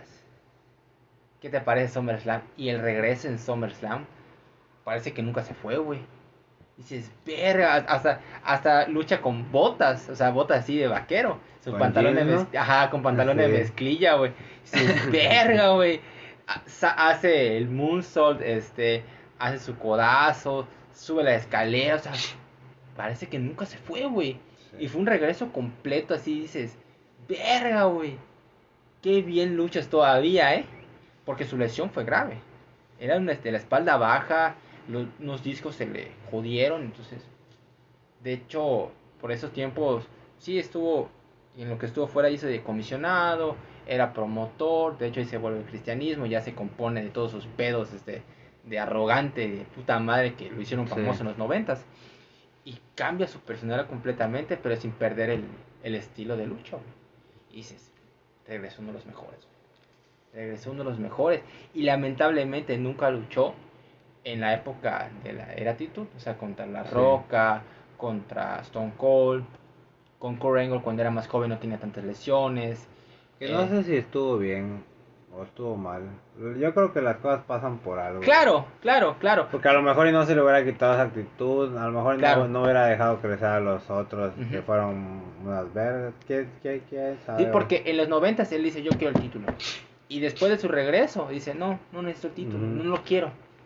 ¿Qué te parece SummerSlam? Y el regreso en SummerSlam parece que nunca se fue, güey. Dices, verga, hasta, hasta lucha con botas, o sea, botas así de vaquero. Sus Con pantalones, jeans, de mez- ajá, con pantalones Sí. de mezclilla, güey. Dices, verga, güey. Ha- Hace el moonsault, este, hace su codazo, sube la escalera, o sea, parece que nunca se fue, güey. Sí. Y fue un regreso completo, así dices, verga, güey. Qué bien luchas todavía, eh. Porque su lesión fue grave. Era una, este, la espalda baja, los, unos discos se le jodieron, entonces, de hecho, por esos tiempos, sí estuvo, en lo que estuvo fuera hizo de comisionado, era promotor, de hecho ahí se vuelve el cristianismo, ya se compone de todos sus pedos, este, de arrogante, de puta madre que lo hicieron famoso Sí. en los noventas, y cambia su personalidad completamente, pero sin perder el, el estilo de lucha, güey. Y dices, regresó uno de los mejores, güey. Regresó uno de los mejores, y lamentablemente nunca luchó en la época de la era Attitude, o sea, contra La Roca, sí. Contra Stone Cold, con Kurt Angle cuando era más joven no tenía tantas lesiones. Que eh, no sé si estuvo bien o estuvo mal. Yo creo que las cosas pasan por algo. Claro, claro, claro. Porque a lo mejor y no se le hubiera quitado esa actitud, a lo mejor claro. no, no hubiera dejado crecer a los otros, uh-huh. que fueron unas vergas. ¿Qué, qué, qué sabe? Sí, porque en los noventas él dice, yo quiero el título. Y después de su regreso, dice, no, no necesito el título, uh-huh. no lo quiero.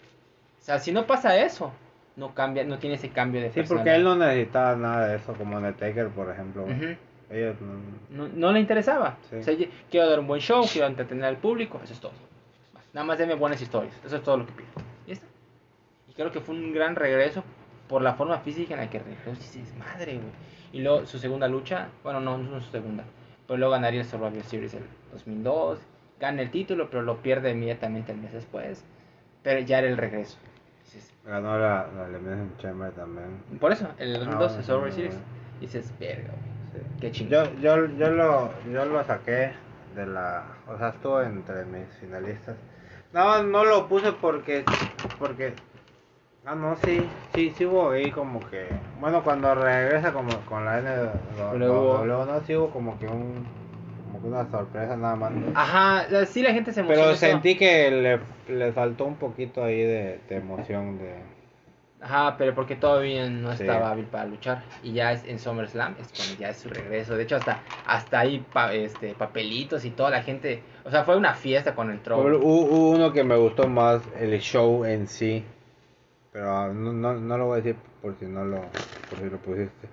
O sea, si no pasa eso, no cambia, no tiene ese cambio de Sí, porque él no necesitaba nada de eso, como Undertaker, por ejemplo. Uh-huh. Ellos no... no... no le interesaba. Sí. O sea, quiero dar un buen show, quiero entretener al público, eso es todo. Nada más deme buenas historias, eso es todo lo que pido. Y está. Y creo que fue un gran regreso por la forma física en la que regresó. Dices, madre, güey. Y luego su segunda lucha, bueno, no, no su segunda, pero luego ganaría el Survivor Series el dos mil dos, gana el título, pero lo pierde inmediatamente el mes después. Pero ya era el regreso. Dices, ganó la, la Elimination Chamber también. Por eso, el dos mil dos, ah, el Survivor Series. Dices, verga, güey. Sí. Qué chingón. Yo, yo, yo, lo, yo lo saqué de la. O sea, estuvo entre mis finalistas. No, no lo puse porque. Porque. Ah, no, sí. Sí, sí hubo ahí como que. Bueno, cuando regresa como con la N W, luego, no, sí hubo como que un. Como que una sorpresa nada más. Ajá, sí, la gente se emocionó. Pero sentí que le, le faltó un poquito ahí de, de emoción. de Ajá, pero porque todavía no sí. estaba hábil para luchar. Y ya es en SummerSlam, es cuando ya es su regreso. De hecho, hasta hasta ahí pa, este, papelitos y toda la gente. O sea, fue una fiesta con el trono. Hubo uno que me gustó más, el show en sí. Pero no, no, no lo voy a decir por si no lo, por si lo pusiste.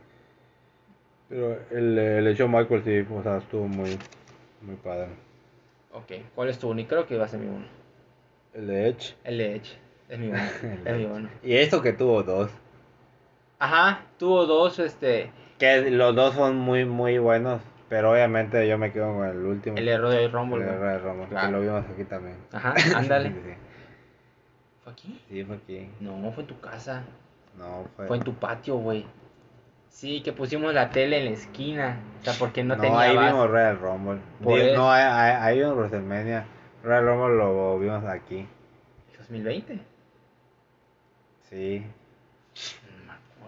Pero el, el show Michael sí, o sea, estuvo muy, muy padre. Ok, ¿cuál es tu uno? Creo que va a ser mi uno. El de Edge. El de Edge. Es mi bueno, es mi bueno. Y esto que tuvo dos. Ajá, tuvo dos, este... Que los dos son muy, muy buenos, pero obviamente yo me quedo con el último. El error de Rumble. El error de Rumble, claro. Que lo vimos aquí también. Ajá, ándale. Sí, sí. ¿Fue aquí? Sí, fue aquí. No, fue en tu casa. No, fue... Fue en tu patio, güey. Sí, que pusimos la tele en la esquina. O sea, porque no, no tenía No, ahí base. vimos Royal Rumble. Digo, no, ahí, ahí, ahí vimos WrestleMania. Royal Rumble lo vimos aquí. ¿dos mil veinte? Sí. No me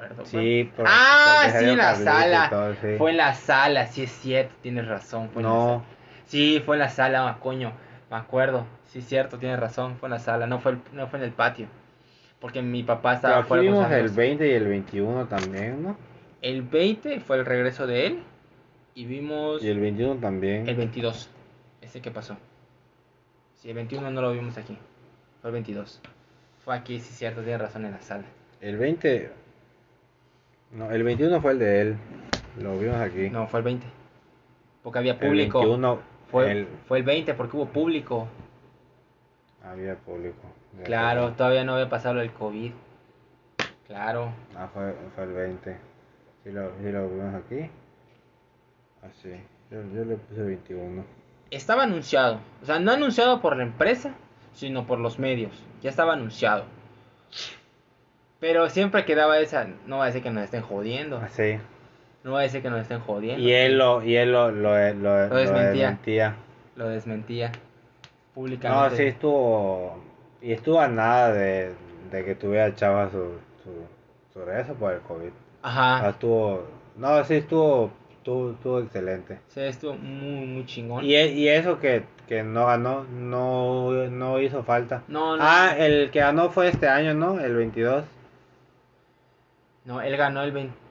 acuerdo. Sí, por, ah, porque sí, salió en la Carlito y sala. todo, sí. Fue en la sala, sí es cierto, tienes razón. Fue en la No, sala. Sí, fue en la sala, ma, coño, me acuerdo. Sí es cierto, tienes razón, fue en la sala, no fue, el- no fue en el patio. Porque mi papá pero estaba aquí afuera con sus vimos el amigos. veinte y el veintiuno también, ¿no? El veinte fue el regreso de él. Y vimos Y el veintiuno el también. veintidós. Ese que pasó. Sí, el veintiuno no lo vimos aquí. Fue el veintidós. Fue aquí, sí es cierto, tienes razón, en la sala. El veinte, no, el veintiuno fue el de él. Lo vimos aquí. No, fue el veinte. Porque había El público. veintiuno, Fue, el... fue el veinte porque hubo público. había público. de Claro, acuerdo. todavía no había pasado el COVID. Claro. Ah, fue, fue el veinte. Sí lo, sí lo vimos aquí. Así. Yo, yo le puse veintiuno. Estaba anunciado. O sea, no anunciado por la empresa, sino por los medios. Ya estaba anunciado. Pero siempre quedaba esa. No va a decir que nos estén jodiendo. Así. No va a decir que nos estén jodiendo. Y él lo, y él lo, lo, lo, Lo lo desmentía. desmentía. Lo desmentía No, públicamente. sí estuvo. Y estuvo a nada de, de que tuviera Chava su, su, su regreso por el COVID. Ah, Ajá. estuvo. No, sí estuvo. Estuvo, estuvo excelente. Sí, estuvo muy, muy chingón. Y, e- y eso que, que no ganó, no, no hizo falta. No, no. Ah, el que ganó fue este año, ¿no? El veintidós. No, él ganó el veinte.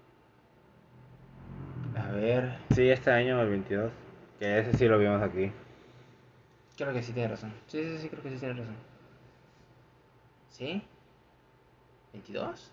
A ver. Sí, este año el veintidós. Que ese sí lo vimos aquí. Creo que sí tiene razón. Sí, sí, sí, creo que sí tiene razón. ¿Sí? ¿veintidós?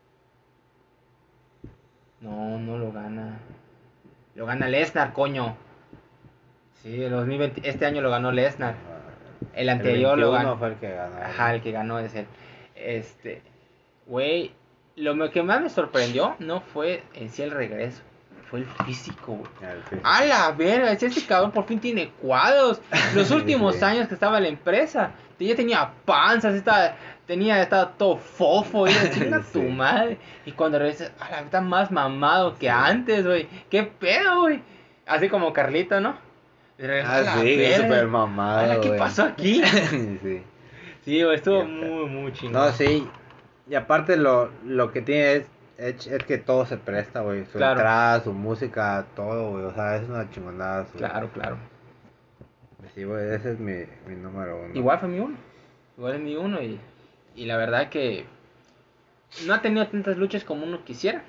No, no lo gana. Lo gana Lesnar, coño. Sí, el dos mil veinte, este año lo ganó Lesnar. El anterior el lo veintiuno ganó. fue el que ganó. Ajá, el que ganó es él. Este, güey, lo que más me sorprendió no fue en sí el regreso, fue el físico, güey. El físico. A la verga, ese este cabrón por fin tiene cuadros. Los últimos Sí. años que estaba en la empresa, ya tenía panzas, estaba, tenía, estaba todo fofo, y chinga tu Sí. madre. Y cuando regresa, a la está más mamado que Sí. antes, güey. ¿Qué pedo, güey? Así como Carlito, ¿no? Y regresa, a la Ah, sí, verga. súper mamado. Ala, ¿qué güey. pasó aquí? Sí. Sí, güey, estuvo Qué pedo. muy, muy chingón. No, sí. Y aparte lo, lo que tiene es, es, es que todo se presta, güey. Su Claro. entrada, su música, todo, güey. O sea, es una chingonada. Su... Claro, claro. Sí, güey, ese es mi, mi número uno. Igual fue mi uno. Igual es mi uno y, y la verdad que no ha tenido tantas luchas como uno quisiera.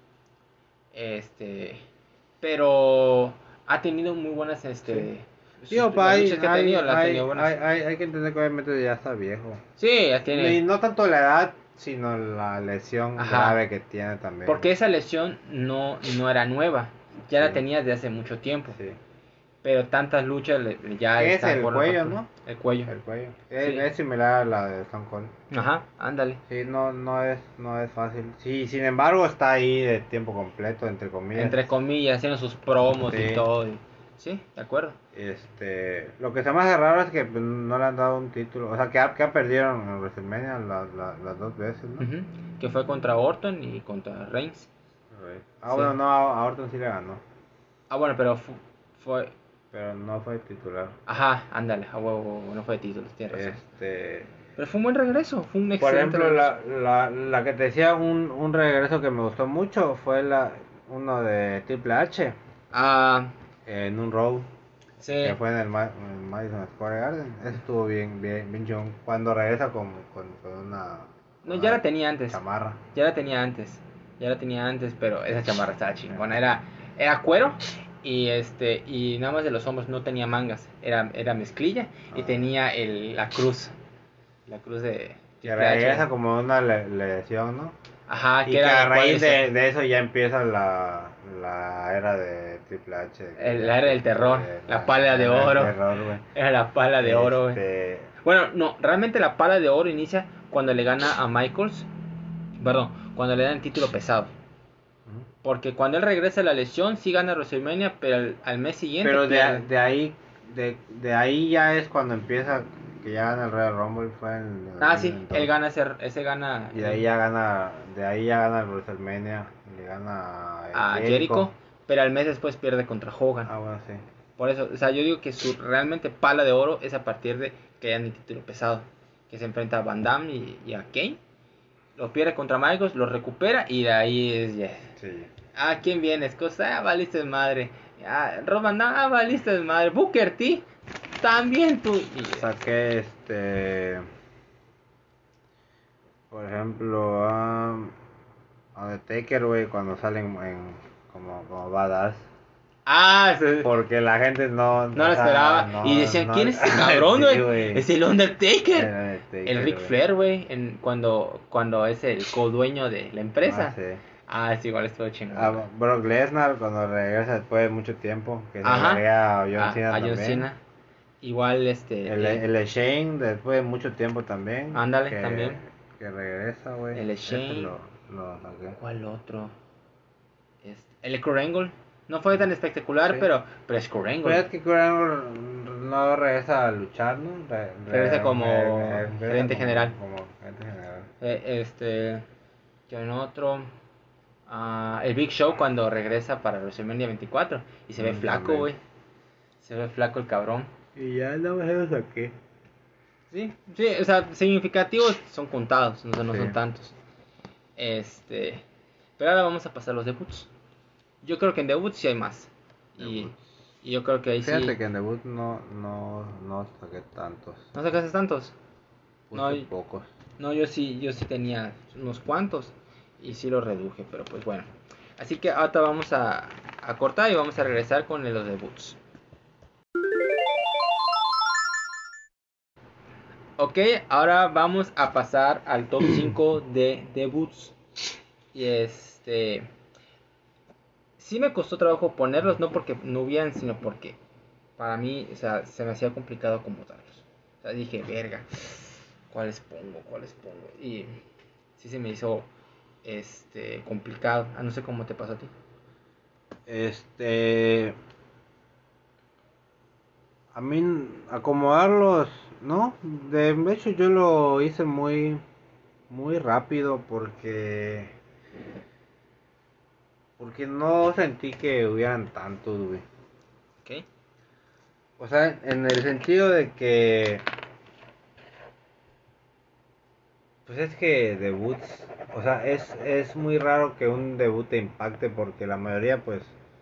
Este, pero ha tenido muy buenas, este... sus- Tío, las pa, hay, luchas que ha hay, tenido las ha hay, tenido buenas. hay, hay, hay que entender que obviamente ya está viejo. Sí, ya tiene... Y no tanto la edad, sino la lesión Ajá. grave que tiene también. Porque esa lesión no, no era nueva. Ya la Sí. tenía desde hace mucho tiempo. Sí. Pero tantas luchas le- le- ya ¿Qué es están el por- cuello, no? El cuello. El cuello. Es, Sí. es similar a la de Stone Cold. Ajá, ándale. Sí, no, no es, no es fácil. Sí, sin embargo está ahí de tiempo completo, entre comillas. Entre comillas, haciendo sus promos Sí. y todo. y- Sí, de acuerdo. Este, lo que se me hace raro es que pues, no le han dado un título, o sea, que, ha- que ha perdieron en WrestleMania la- la- las dos veces, ¿no? Ujú. Que fue contra Orton y contra Reigns. Right. Ah, Sí. bueno, no, a a Orton sí le ganó, Ah, bueno, pero fu- fue... pero no fue titular. Ajá, ándale, a huevo, huevo, no fue de títulos, tienes razón. Este, Pero fue un buen regreso, fue un por excelente ejemplo, regreso. la, la, la que te decía un, un regreso que me gustó mucho fue la uno de Triple H Ah, en un Raw. sí. Que fue en el, Ma- en el Madison Square Garden. Eso estuvo bien, bien, bien chingón. Cuando regresa con, con, con una, No, una ya la tenía antes. chamarra. Ya la tenía antes. Ya la tenía antes, pero esa chamarra estaba chingona. Era, era cuero y este y nada más de los hombros no tenía mangas. Era, era mezclilla y Ah. tenía el, la cruz. La cruz de... Que Triple H. regresa como una le- lesión, ¿no? Ajá, Y que que era a el raíz de, cuádriceps. de eso ya empieza la, la era de Triple H. El- la era del terror, De- la pala de era del oro. terror, güey. Era la pala de oro, güey. Este, Bueno, no, realmente la pala de oro inicia cuando le gana a Michaels. Perdón, cuando le dan el título pesado. ujú. Porque cuando él regresa a la lesión, sí gana WrestleMania, pero al, al mes siguiente. Pero de, pierde. de ahí de, de ahí ya es cuando empieza que ya gana el Royal Rumble, fue en el Ah, sí, entonces. él gana ese, ese gana. Y de ahí ya gana, de ahí ya gana el WrestleMania, y le gana a Jericho, pero al mes después pierde contra Hogan. Ah, bueno, sí. Por eso, o sea, yo digo que su realmente pala de oro es a partir de que hayan el título pesado. Que se enfrenta a Van Damme y, y a Kane. lo pierde contra Michaels, lo recupera y de ahí es ya. Sí. Ah, ¿quién viene? Cosa, ah, valiste madre. Ah, Roman, ah, valiste madre. Booker T, también tú. Y, Saqué este. Por ejemplo, a. a The Taker, güey, cuando salen en. como, como badass. ah, se- Porque la gente no. no o lo sea, esperaba. no- y decían, no- ¿quién es ese cabrón, Sí, güey? Es el Undertaker. Era The Taker, El Ric güey. Flair, güey, en- cuando, cuando es el co-dueño de la empresa. Ah, sí. Ah, es igual, estuvo chingón. A Brock Lesnar cuando regresa después de mucho tiempo. Que se Ajá. agrega a John a, Cena a John también. Cena. Igual, este. El, eh, el de Shane después de mucho tiempo también. Ándale, que, también. Que regresa, güey. El de Ese Shane. Lo, lo saqué. ¿Cuál otro? Este, el Kurt Angle. No fue tan espectacular, Sí. pero, pero es Kurt Angle. Pero es que Kurt Angle no regresa a luchar, ¿no? Re- Regresa re- como re- regresa gerente como- general. Como gerente general. Eh, este. Que en otro. Ah, el Big Show cuando regresa para WrestleMania veinticuatro. Y se ve Mm, flaco, también. güey. Se ve flaco el cabrón. Y ya no me lo saqué. Sí, sí, o sea, significativos son contados, no, no Sí. son tantos. Este. Pero ahora vamos a pasar a los debuts. Yo creo que en debuts sí hay más. Y, Debuts. y yo creo que ahí Fíjate sí. que en debut no, no, no saqué tantos. ¿No sacaste tantos? Puse No, y- pocos. No, yo sí, yo sí tenía unos cuantos y sí los reduje, pero pues bueno. Así que ahora vamos a, a cortar y vamos a regresar con los debuts. Ok, ahora vamos a pasar al top cinco de debuts. Y este... Sí me costó trabajo ponerlos, no porque no hubieran, sino porque para mí, o sea, se me hacía complicado acomodarlos. O sea, dije, verga, ¿cuáles pongo? ¿Cuáles pongo? Y sí se me hizo este complicado. Ah, no sé cómo te pasó a ti. Este. A mí, acomodarlos, ¿no? De hecho, yo lo hice muy. Muy rápido porque. Porque no sentí que hubieran tantos, güey. Ok. O sea, en el sentido de que. Pues es que debuts. O sea, es, es muy raro que un debut te impacte porque la mayoría, pues.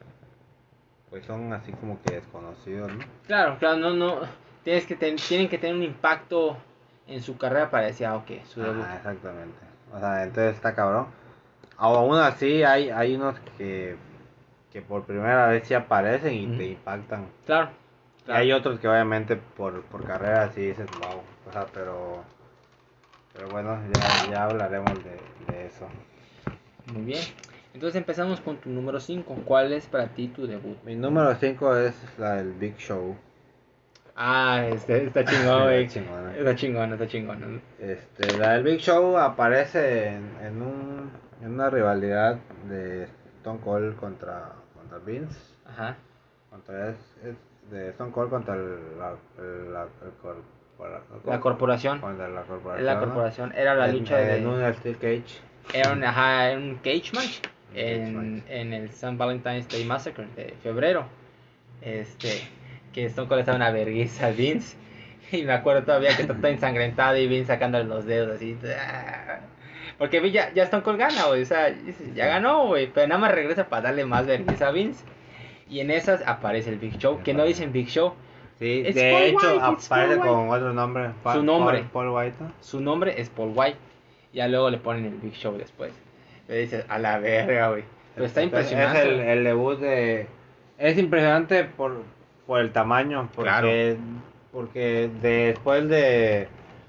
Pues son así como que desconocidos, ¿no? Claro, claro, no, no. Tienes que ten- tienen que tener un impacto en su carrera para decir, ah, ok, su debut. Ajá, exactamente. O sea, entonces está cabrón. Aún así hay, hay unos que, que por primera vez sí aparecen y Ujú. te impactan. Claro. Y claro. hay otros que obviamente por, por carrera sí dices, wow. O sea, pero, pero bueno, ya, ya hablaremos de, de eso. Muy bien. Entonces empezamos con tu número cinco. ¿Cuál es para ti tu debut? Mi número cinco es la del Big Show. Ah, este, está chingón, güey. Está chingona. Está chingón, está chingón. Este, la del Big Show aparece en, en, un, en una rivalidad de Stone Cold contra, contra Vince. Ajá. Contra es, es de Stone Cold contra el, la, el- la, el corpora- La corporación. Contra la corporación. La ¿no? corporación. Era la En- lucha de... En un Steel Cage. Era un, ajá, era un cage match Un cage en, match. en el Saint Valentine's Day Massacre de febrero. Este, que Stone Cold estaba una vergüenza a Vince. Y me acuerdo todavía que está todo ensangrentado y Vince sacándole los dedos así. Porque vi, ya, ya Stone Cold gana, güey. O sea, dices, ya ganó, güey. Pero nada más regresa para darle más vergüenza a Vince. Y en esas aparece el Big Show. Que no dicen Big Show. Sí, It's de Paul hecho White, it's aparece Paul con otro nombre. Pa- Su nombre. Paul, Paul White. ¿no? Su nombre es Paul White. Ya luego le ponen el Big Show después. Le dices, a la verga, güey. Pero está Entonces, impresionante. Es el, el debut de. Es impresionante por, por el tamaño. Porque, Claro. porque después de.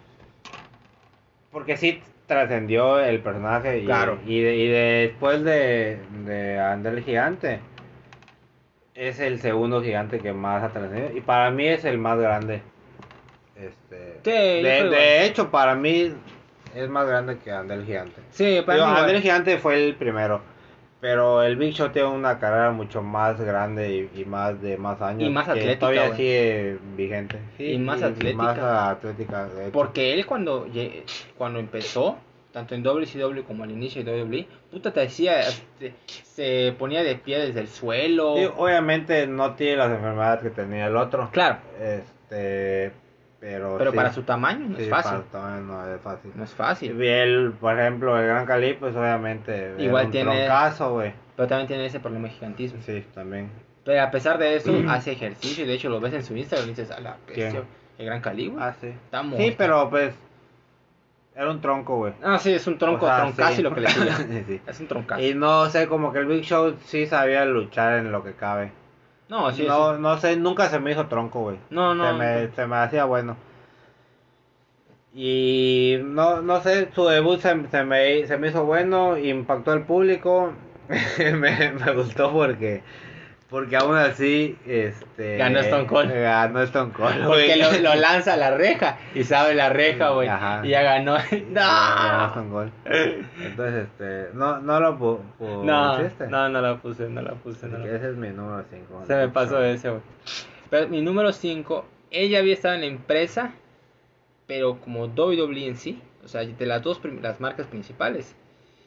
Porque sí trascendió el personaje. Y, Claro. y, de- y después de, de André el Gigante. Es el segundo gigante que más ha trascendido. Y para mí es el más grande. Este, Sí, yo de, creo igual. de hecho, para mí es más grande que André el Gigante. Sí, para Digo, mí igual. André el Gigante fue el primero. Pero el Big Show tiene una carrera mucho más grande y, y más de más años. Y más que atlética, Todavía güey. sigue vigente. Sí, Y más atlética. más atlética, de hecho. Porque él cuando, lle- cuando empezó, tanto en W C W como al inicio de W W E, puta te decía, este, se ponía de pie desde el suelo. Sí, obviamente no tiene las enfermedades que tenía el otro. Claro. Este, Pero, Pero sí, para su tamaño no sí, es fácil. para su tamaño no es fácil. No es fácil. Y el, por ejemplo, el Gran Cali, pues obviamente Igual era un tiene- troncazo, güey. Pero también tiene ese problema de gigantismo. Sí, también. Pero a pesar de eso, hace ejercicio. Y de hecho lo ves en su Instagram y dices, a la bestia. ¿Quién? El Gran Cali, güey. Ah, sí. Está Sí, monstruo. pero pues era un tronco, güey. Ah, sí, es un tronco, O sea, troncazo sí. y lo que le sigue. Sí. Es un troncazo. Y no sé, como que el Big Show sí sabía luchar en lo que cabe. No, sí, no, sí. no sé, nunca se me hizo tronco, güey. No, no, Se me, no. se me hacía bueno. Y no, no sé, su debut se, se, me, se me hizo bueno, impactó al público. me, me gustó porque porque aún así este Ganó Stone Cold. Ganó Stone Cold, Porque güey. lo, lo lanza a la reja y sabe la reja, güey. Ajá. Y ya ganó. Ganó ¡No! Stone Cold. Entonces, este, no, no lo pu pu- No, pusiste. no, no la puse, no la puse. Así No la que puse. ese es mi número cinco. Se me pasó ese, güey. Pero mi número cinco, ella había estado en la empresa, pero como W W E en sí, o sea, de las dos prim- las marcas principales,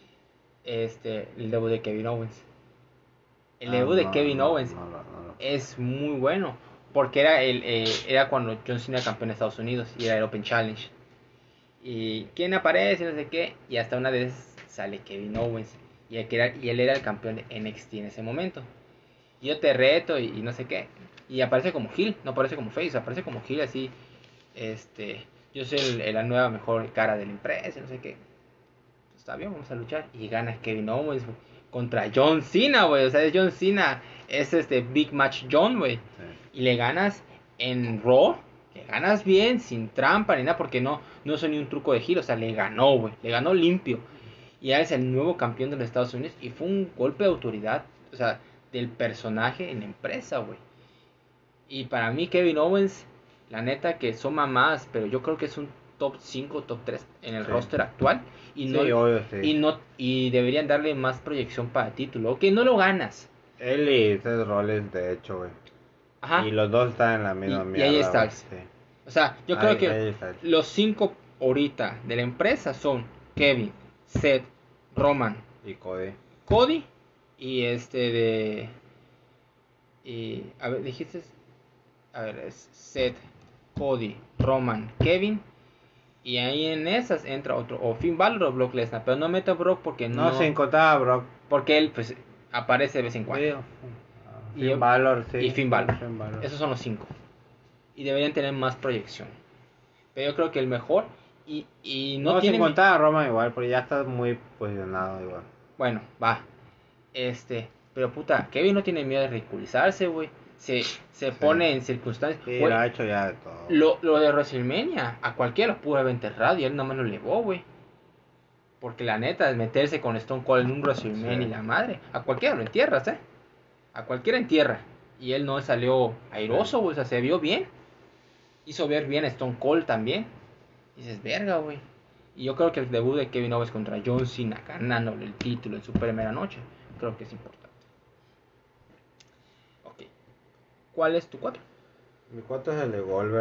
este, el debut de Kevin Owens. El Ah, debut de no, Kevin no, Owens no lo- no lo- es muy bueno, porque era el eh, era cuando John Cena era campeón de Estados Unidos y era el Open Challenge. Y quién aparece, no sé qué, y hasta una vez sale Kevin Owens y él, que era, y él era el campeón de N X T en ese momento. Yo te reto y, y no sé qué. Y aparece como heel, no aparece como face, aparece como heel así. Este, yo soy el- el- la nueva mejor cara de la empresa, no sé qué. Está bien, vamos a luchar. Y gana Kevin Owens, güey, contra John Cena, güey. O sea, es John Cena, es este Big Match John, güey. Sí. Y le ganas en Raw, le ganas bien, sin trampa ni nada, porque no, no es ni un truco de heel, o sea, le ganó, güey. Le ganó limpio. Y ahora es el nuevo campeón de los Estados Unidos. Y fue un golpe de autoridad, o sea, del personaje en la empresa, güey. Y para mí Kevin Owens, la neta que son mamás, pero yo creo que es un top cinco, top tres en el Sí. roster actual. Y no, Sí, obvio, sí. y no y deberían darle más proyección para título. Que no lo ganas. Él y Seth Rollins, de hecho, güey. Ajá. Y los dos están en la misma Y- y mierda. ahí Styles. güey, sí. O sea, yo Ahí- creo que ahí está. los cinco ahorita de la empresa son Kevin, Seth, Roman, Y Cody. Cody y este de... Y, a ver, dijiste... A ver, es Seth, Cody, Roman, Kevin. Y ahí en esas entra otro, o Finn Balor o Brock Lesnar. Pero no meto a Brock porque no... No, sin contar a Brock. Porque él pues aparece de vez en cuando. Sí, ah, Y Finn yo- Balor, sí. y Finn Balor. Finn Balor. Esos son los cinco. Y deberían tener más proyección. Pero yo creo que el mejor... Y, y no, No, tiene... sin contar a Roman igual, porque ya está muy posicionado igual. Bueno, va. Este, pero puta, Kevin no tiene miedo de ridiculizarse, güey. Se, se Sí. pone en circunstancias. Sí, Güey, lo ha hecho ya de todo. lo, lo de WrestleMania, a cualquiera lo pudo haber enterrado y él nomás lo elevó, güey. Porque la neta, es meterse con Stone Cold en un WrestleMania Sí. y la madre. A cualquiera lo entierras, eh. A cualquiera entierra. Y él no salió airoso, güey. O sea, se vio bien. Hizo ver bien a Stone Cold también. Y dices, verga, güey. Y yo creo que el debut de Kevin Owens contra John Cena, ganándole el título en su primera noche, creo que es importante. Ok. ¿Cuál es tu cuatro? Mi cuarto es el de Goldberg.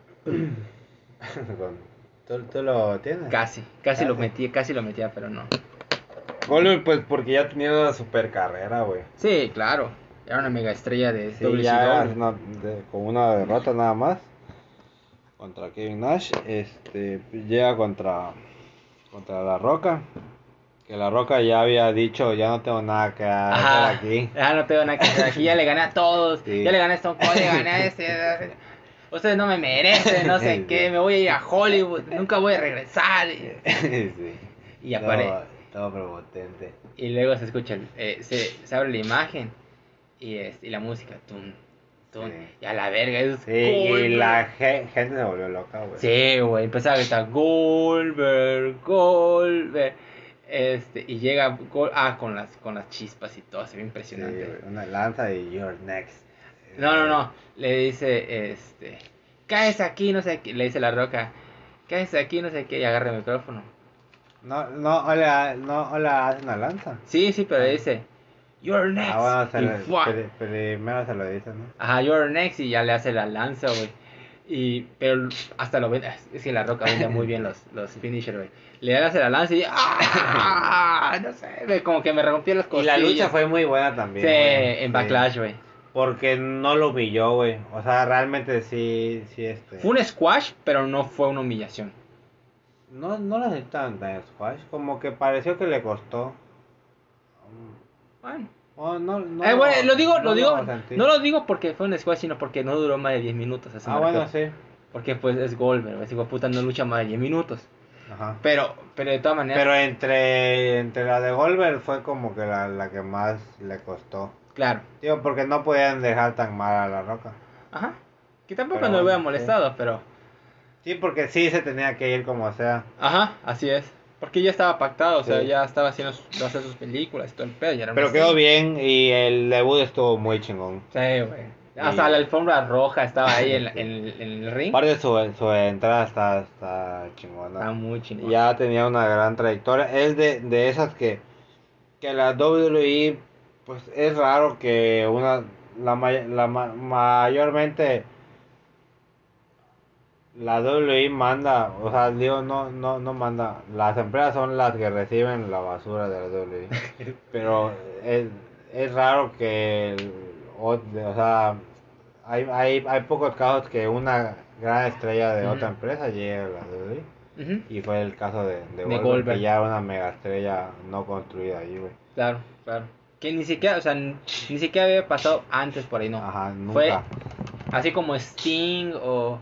Con- ¿Tú, tú lo tienes? Casi, casi lo Casi. metí, casi lo metía, pero no. Goldberg, pues porque ya ha tenido una super carrera, güey. Sí, claro. Era una mega estrella de Sí, W C ya W. no, de- con una derrota nada más contra Kevin Nash, este llega contra contra La Roca, que La Roca ya había dicho ya no tengo nada que Ajá. hacer aquí. Ah, no tengo nada que hacer aquí. Ya le gané a todos. Sí. Ya le gané a Stone Cold, le gané a este. Ustedes no me merecen, no sé Sí. qué. Me voy a ir a Hollywood. Nunca voy a regresar. Y, Sí. y apare- Todo, todo prepotente. Y luego se escucha, el- eh, se, se abre la imagen y, es, y la música, tum, tum, Sí. y a la verga, es Sí, y Goldberg. la ge- gente se volvió loca, güey. Sí, güey, empezaba a gritar Goldberg, Goldberg, este, y llega, Gol- ah, con las, con las chispas y todo, se ve Sí, impresionante. güey, una lanza y you're next. No, no, no, le dice, este, cállese aquí, no sé qué, le dice La Roca, cállese aquí, no sé qué, y agarra el micrófono. No, no, hola, no, hola, hace una lanza. Sí, sí, pero le dice, you're next, Ah, bueno, se y lo- ¡fua! pri- primero se lo dicen, ¿no? Ajá, you're next y ya le hace la lanza, güey. Y, pero hasta lo vende, es que La Roca vende muy bien los, los finishers, güey. Le hace la lanza y ¡ah! No sé, güey, como que me rompió las Y costillas. la lucha fue muy buena también. Sí, güey. en Sí. Backlash, güey. Porque no lo humilló, güey. O sea, realmente sí, sí, este... Fue un squash, pero no fue una humillación. No, no lo necesitaban tan squash. Como que pareció que le costó. Bueno. Oh, no, no, Eh, bueno, lo digo, no lo digo, sentí. no lo digo porque fue un squash, sino porque no duró más de diez minutos. Eso Ah, me bueno, refiero. sí. Porque pues es Goldberg, ese hijo de puta no lucha más de diez minutos. Ajá. Pero, pero de todas maneras, Pero entre, entre la de Goldberg fue como que la, la que más le costó. claro. Digo, porque no podían dejar tan mal a La Roca. Ajá. Que tampoco Pero nos bueno, hubiera sí. molestado, pero... Sí, porque sí se tenía que ir como sea. Ajá, así es. Porque ya estaba pactado, o sea, Sí. ya estaba haciendo sus, iba a hacer sus películas y todo el pedo. Ya era una Pero quedó estrella. bien y el debut estuvo muy chingón. Sí, güey. Hasta Y- la alfombra roja estaba ahí en, la- Sí. en, el- en el ring. Aparte su, su entrada está, está chingona. Está muy chingón. Ya tenía una gran trayectoria. Es de, de esas que, que la W W E, pues es raro que una, la, may- la ma- mayormente la W W E manda, o sea, digo, no, no, no manda. Las empresas son las que reciben la basura de la W W E. Pero es, es raro que, el- o, o sea, hay, hay, hay pocos casos que una gran estrella de Ujú. otra empresa llegue a la W W E. Ujú. Y fue el caso de, de, Goldberg, Goldberg. que ya era una mega estrella no construida ahí, güey. Claro, claro. Que ni siquiera, o sea, ni ni siquiera había pasado antes por ahí, no. Ajá, nunca. Fue así como Sting o,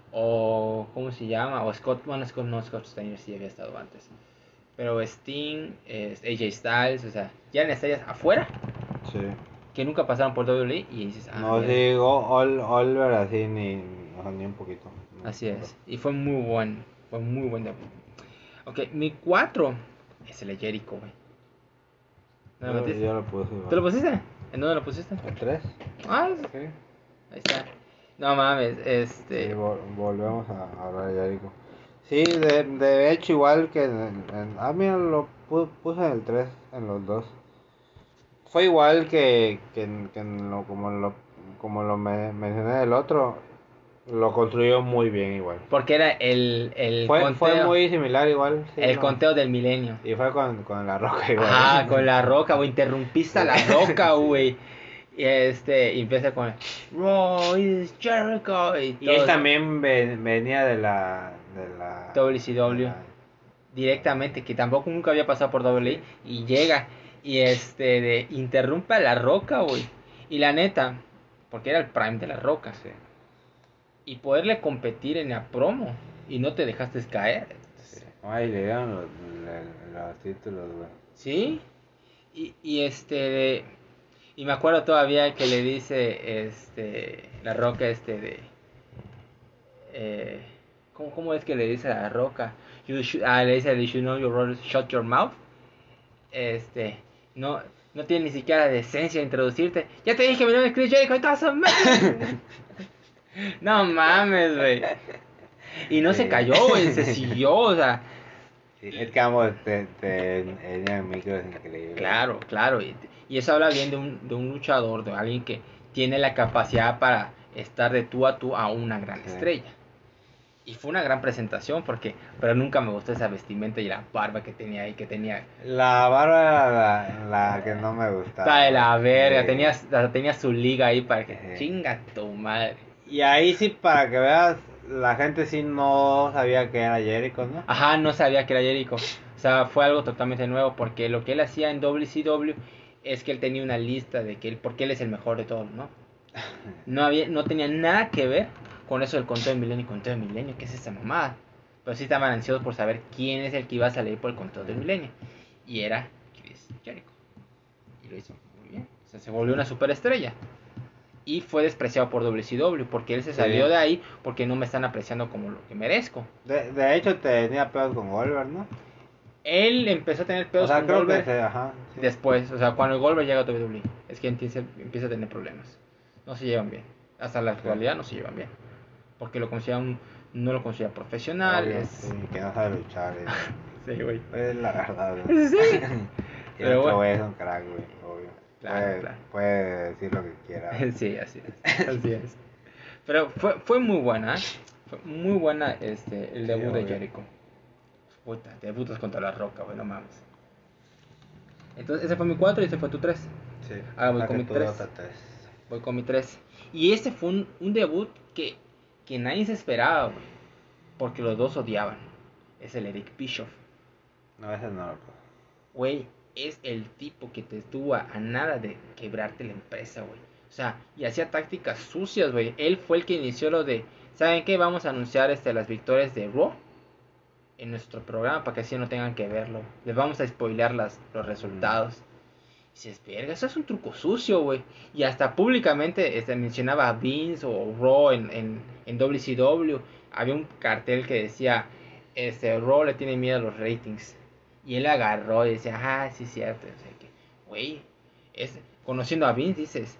o ¿cómo se llama? O Scott, bueno, Scott, no, Scott Steiner sí había estado antes. Pero Sting, eh, A J Styles, o sea, ya eran estrellas afuera Sí. que nunca pasaron por W W E y dices, ah, No mira, digo Ol- Oliver así ni, o sea, ni un poquito. No, así nunca. es. Y fue muy buen, fue muy buen debut. Ok, mi cuatro es el de Jericho, güey. ¿No lo Yo, metiste? yo lo puse igual. ¿Tú lo pusiste? ¿En dónde lo pusiste? ¿El tres? Ah, Sí. ahí está. No mames, Sí, este... vol- volvemos a hablar de Jericho. Sí, de, de hecho, igual que en, en- ah, mira, lo pu- puse en el tres, en los dos. Fue igual que, que, en- que en lo, como lo, como lo me- mencioné del otro, lo construyó muy bien igual. Porque era el, el Fue, conteo, fue muy similar igual. Sí, el no. conteo del milenio. Y fue con, con La Roca igual. Ah, con la roca, güey, interrumpiste a la roca, güey. Y este, y empieza con Raw is Jericho y, Y él todo. también ve- venía de la... De la W C W. de la- Directamente, que tampoco nunca había pasado por W W E y llega y este de interrumpe a la roca, güey. Y la neta, porque era el prime de la roca, sí. y poderle competir en la promo y no te dejaste caer. Sí. Ay, le dieron los, le- los títulos, güey. ¿Sí? Y, y este y me acuerdo todavía que le dice este la roca este de eh, ¿cómo, cómo es que le dice a la roca? You should- ah, le dice, you should know your role, shut your mouth. Este, no, no tiene ni siquiera la decencia de introducirte. Ya te dije, mi nombre es Chris Jericho, estás no mames, güey. Y no se Sí. cayó, güey, se siguió, o sea, Sí, es que ambos te, te, el micro es increíble. claro, claro. Y, y eso habla bien de un, de un luchador, de alguien que tiene la capacidad para estar de tú a tú a una gran Sí. estrella. Y fue una gran presentación porque, pero nunca me gustó esa vestimenta y la barba que tenía ahí, que tenía. La barba era la, la que no me gustaba. Está de la verga, Sí. tenía, tenía su liga ahí para que Sí. chinga tu madre. Y ahí sí, para que veas, la gente sí no sabía que era Jericho, ¿no? Ajá, no sabía que era Jericho. O sea, fue algo totalmente nuevo porque lo que él hacía en W C W es que él tenía una lista de que él, porque él es el mejor de todos, ¿no? No había, no tenía nada que ver con eso del conteo del milenio y conteo del milenio, ¿qué es esa mamada? Pero sí estaban ansiosos por saber quién es el que iba a salir por el conteo del milenio. Y era Chris Jericho. Y lo hizo muy bien. O sea, se volvió una superestrella. Y fue despreciado por W C W porque él se Sí. salió de ahí porque no me están apreciando como lo que merezco. De, de hecho, tenía pedos con Goldberg, ¿no? Él empezó a tener pedos O sea, con creo Goldberg que sí, ajá. Sí. después. O sea, cuando el Goldberg llega a W W E, es que empieza, empieza a tener problemas. No se llevan bien. Hasta la actualidad no se llevan bien. Porque lo consideran, no lo consideran profesional. Obvio, Es... sí, que no sabe luchar. Sí, güey. Es la verdad, güey. Sí. Y Pero el otro bueno. güey es un crack, güey, obvio. Claro, puede, claro. puede decir lo que quiera. Sí, así es. Así es. Pero fue, fue muy buena, ¿eh? Fue muy buena este, el debut Sí, de obvio. Jericho. Puta, debutas contra la roca, güey, no mames. Entonces, ese fue mi cuatro y ese fue tu tres. Sí. Ahora voy Saca con mi tu tres. nota tres. Voy con mi tres. Y este fue un, un debut que, que nadie se esperaba, güey. Porque los dos odiaban. Es el Eric Bischoff. No, ese no lo puedo. Güey, es el tipo que te estuvo a, a nada de quebrarte la empresa, güey. O sea, y hacía tácticas sucias, güey. Él fue el que inició lo de, ¿saben qué? Vamos a anunciar este, las victorias de Raw en nuestro programa para que así no tengan que verlo. Les vamos a spoilear las, los resultados. Y dices, verga, eso es un truco sucio, güey. Y hasta públicamente este, mencionaba a Vince o Raw en, en, en W C W. Había un cartel que decía, este, Raw le tiene miedo a los ratings. Y él agarró y decía, ah, sí es cierto. O sea, que, güey, es, conociendo a Vince dices,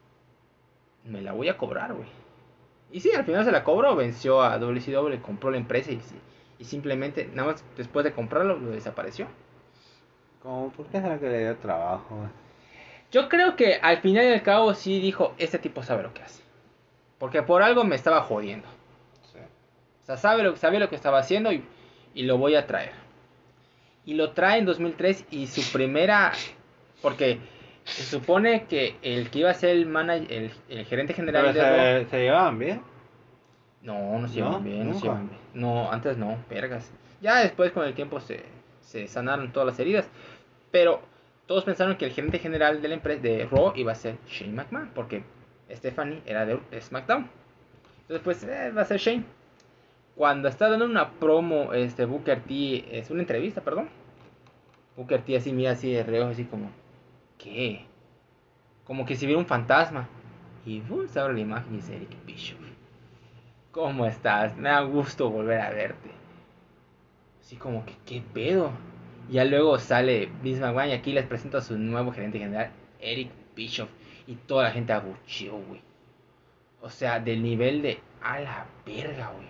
me la voy a cobrar, güey. Y sí, al final se la cobró, venció a W C W, compró la empresa y, y simplemente, nada más después de comprarlo, lo desapareció. ¿Cómo? ¿Por qué será que le dio trabajo, güey? Yo creo que al final y al cabo sí dijo, este tipo sabe lo que hace. Porque por algo me estaba jodiendo. Sí. O sea, sabe lo, sabía lo que estaba haciendo y, y lo voy a traer. Y lo trae en dos mil tres y su primera... Porque se supone que el que iba a ser el manager, el, el gerente general ¿Pero de Raw... se, se llevaban bien? No, no se ¿No? llevan bien, no se ¿Nunca? llevan bien. No, antes no, vergas. Ya después con el tiempo se, se sanaron todas las heridas. Pero todos pensaron que el gerente general de la empresa de Raw iba a ser Shane McMahon. Porque Stephanie era de SmackDown. Entonces pues eh, va a ser Shane. Cuando está dando una promo, este Booker T, es una entrevista, perdón. Booker T así mira así de reojo, así como, ¿qué? Como que si viera un fantasma. Y boom, se abre la imagen y dice Eric Bischoff. ¿Cómo estás? Me da gusto volver a verte. Así como que, ¿qué pedo? Ya luego sale Vince McMahon y aquí les presento a su nuevo gerente general, Eric Bischoff. Y toda la gente abucheó, güey. O sea, del nivel de a la verga, güey.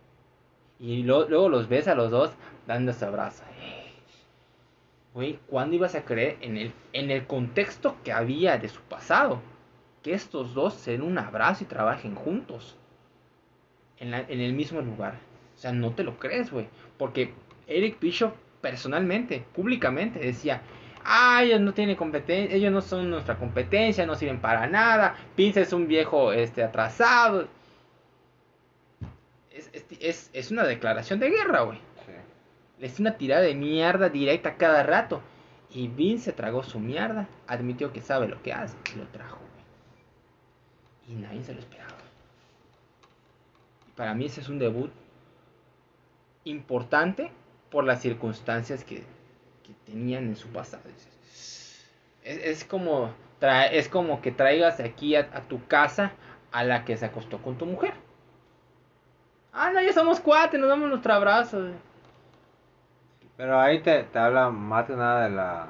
Y lo, luego los ves a los dos dándose abrazos. Güey, ¿cuándo ibas a creer en el, en el contexto que había de su pasado? Que estos dos se den un abrazo y trabajen juntos. En, la, en el mismo lugar. O sea, no te lo crees, güey. Porque Eric Bischoff personalmente, públicamente decía, ah, ellos no tienen competencia, ellos no son nuestra competencia, no sirven para nada, Vince es un viejo este, atrasado. Es, es, es, es una declaración de guerra, güey. Sí. Es una tirada de mierda directa cada rato. Y Vince se tragó su mierda, admitió que sabe lo que hace y lo trajo, güey. Y nadie se lo esperaba. Para mí ese es un debut importante por las circunstancias que, que tenían en su pasado. Es, es, como trae, es como que traigas aquí a, a tu casa a la que se acostó con tu mujer. Ah, no, ya somos cuates, nos damos nuestro abrazo. Pero ahí te, te habla más que nada de la...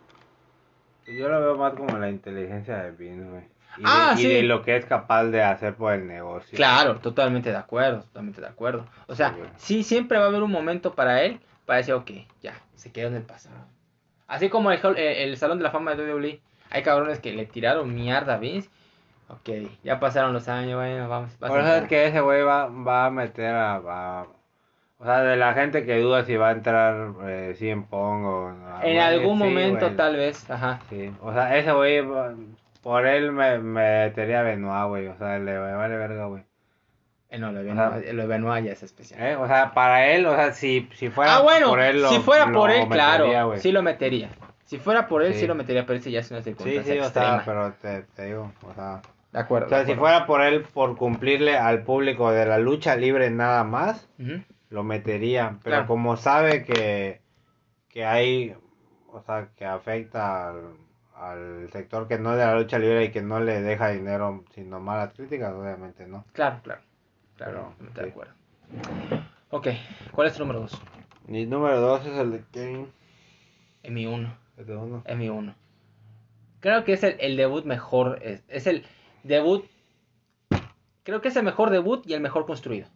Yo lo veo más como la inteligencia de Vince, güey. Y, ah, de, sí. y de lo que es capaz de hacer por el negocio. Claro, totalmente de acuerdo, totalmente de acuerdo. O sea, sí, sí siempre va a haber un momento para él para decir, ok, ya, se quedó en el pasado. Así como el, el, el Salón de la Fama de W W E, hay cabrones que le tiraron mierda a Vince. Ok, ya pasaron los años, bueno, vamos. Por eso es que ese güey va, va a meter a, a... O sea, de la gente que duda si va a entrar eh, C M Punk o... En güey, algún sí, momento güey. tal vez, ajá. Sí, o sea, ese güey, por él me, me metería a Benoit, güey. O sea, le vale verga, güey. Eh, no, lo de Benoit, o sea, lo de Benoit ya es especial. Eh, o sea, para él, o sea, si, si fuera ah, bueno, por él, lo, si fuera por lo él, metería, claro, güey. sí lo metería. Si fuera por él, sí, sí lo metería, pero ese ya es una circunstancia Sí, sí, extrema. o sea, pero te, te digo, o sea... De acuerdo. O sea, de acuerdo. si fuera por él, por cumplirle al público de la lucha libre nada más, uh-huh. lo metería. Pero claro. Como sabe que, que hay, o sea, que afecta al, al sector que no es de la lucha libre y que no le deja dinero sino malas críticas, obviamente no. Claro, claro. Claro, pero, de sí. acuerdo. Ok, ¿cuál es tu número dos? Mi número dos es el de Kane. M uno. ¿El de uno? M uno. Creo que es el, el debut mejor, es, es el debut, creo que es el mejor debut y el mejor construido.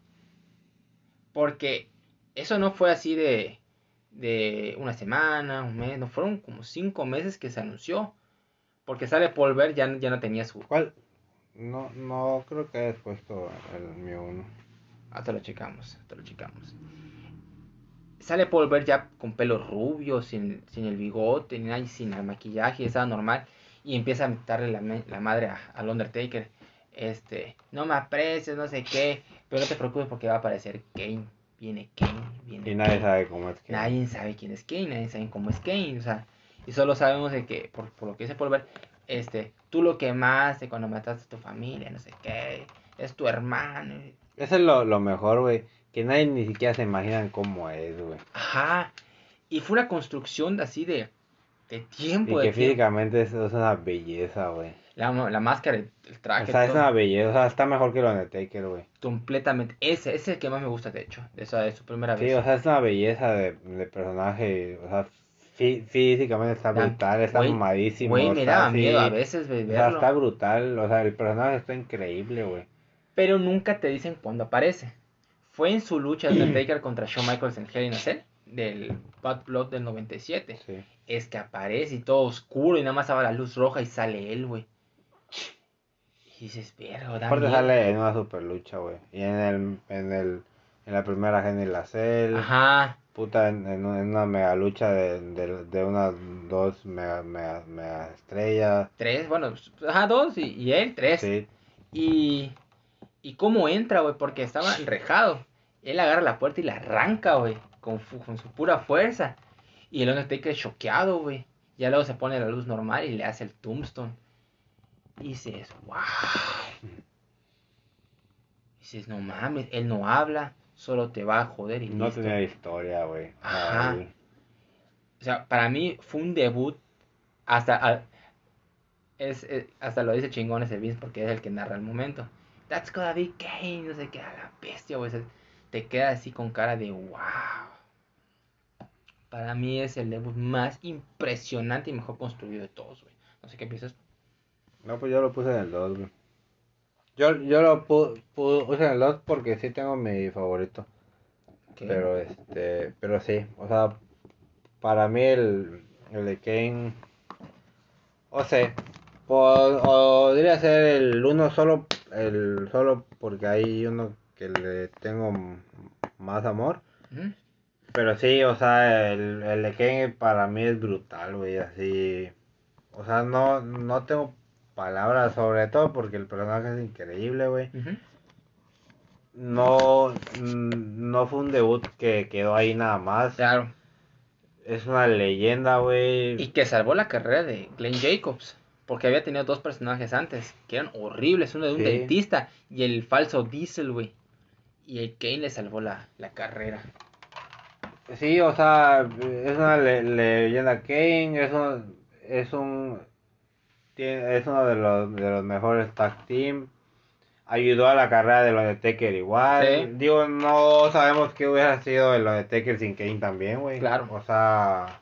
Porque eso no fue así de, de una semana, un mes, no, fueron como cinco meses que se anunció. Porque sale Paul Bear, ya, ya no tenía su... ¿Cuál? No, no creo que hayas puesto el Mi uno. Ah, te lo checamos, te lo checamos. Sale Paul Bear ya con pelo rubio, sin, sin el bigote, ni nada, sin el maquillaje, estaba normal. y empieza a darle la, me- la madre a- al Undertaker. Este, no me aprecies, no sé qué, pero no te preocupes porque va a aparecer Kane. Viene Kane, viene Y nadie Kane. sabe cómo es que. Nadie sabe quién es Kane, nadie sabe cómo es Kane, o sea, y solo sabemos de que, por, por lo que dice Paul Bear, este, tú lo quemaste cuando mataste a tu familia, no sé qué, es tu hermano. Eso es lo, lo mejor, güey. Que nadie ni siquiera se imaginan cómo es, güey. Ajá, y fue una construcción así de, de tiempo, Y de que tiempo. físicamente es, es una belleza, güey. La, la máscara, el, el O traje, sea, es todo, una belleza. O sea, está mejor que lo de Taker, güey. completamente, ese, ese es el que más me gusta, de hecho, de esa de su primera Sí, vez. o sea, es una belleza de, de personaje. O sea, fí- físicamente está Da- brutal, está Güey, mamadísimo. güey, O me sea, daba miedo a sí. veces ve- O sea, verlo. está brutal. O sea, el personaje está increíble, güey. Pero nunca te dicen cuándo aparece. Fue en su lucha de Undertaker contra Shawn Michaels en Hell in a Cell del Bad Blood del noventa y siete. Sí. Es que aparece y todo oscuro y nada más abre la luz roja y sale él, güey. Y dices, verga, da Aparte miedo. sale en una super lucha, güey. Y en el, en el, en la primera Gen en la Cell. Ajá. Puta, en, en un- en una mega lucha de, de, de unas dos mega, mega, mega estrellas. Tres, bueno, ajá, dos y, y él, tres. Sí. Y, y cómo entra, güey, porque estaba enrejado. Él agarra la puerta y la arranca, güey, con, fu- con su pura fuerza. Y el Undertaker choqueado, güey. Ya luego se pone la luz normal y le hace el tombstone. Y dices, wow. Dices, no mames, él no habla, solo te va a joder y No listo. tenía historia, güey. O sea, Ajá. él- O sea, para mí fue un debut. Hasta, a- es, es- hasta lo dice chingón ese Vince porque es el que narra el momento. That's gonna be Kane, no sé qué, a la bestia, güey. Se- Te queda así con cara de wow. Para mí es el debut más impresionante y mejor construido de todos, güey. No sé qué piensas. No, pues yo lo puse en el dos, güey. Yo, yo lo pu- pu- puse en el dos porque sí tengo mi favorito. ¿Qué? Pero este, pero sí, o sea, para mí el, el de Kane, o sea, po- podría ser el uno solo, el solo porque hay uno que le tengo m- más amor. Ujú. Pero sí, o sea, el, el de Kane para mí es brutal, güey, así. O sea, no, no tengo palabras, sobre todo porque el personaje es increíble, güey. Ujú. No, mm, no fue un debut que quedó ahí nada más. Claro. Es una leyenda, güey. Y que salvó la carrera de Glenn Jacobs. Porque había tenido dos personajes antes. Que eran horribles. Uno de un Sí. dentista. Y el falso Diesel, güey. Y el Kane le salvó la, la carrera. Sí, o sea, es una le- leyenda Kane, es un, es un, tiene- es uno de los, de los mejores tag team. Ayudó a la carrera de Undertaker igual. Sí. Digo, no sabemos qué hubiera sido el Undertaker sin Kane también, güey. Claro. O sea,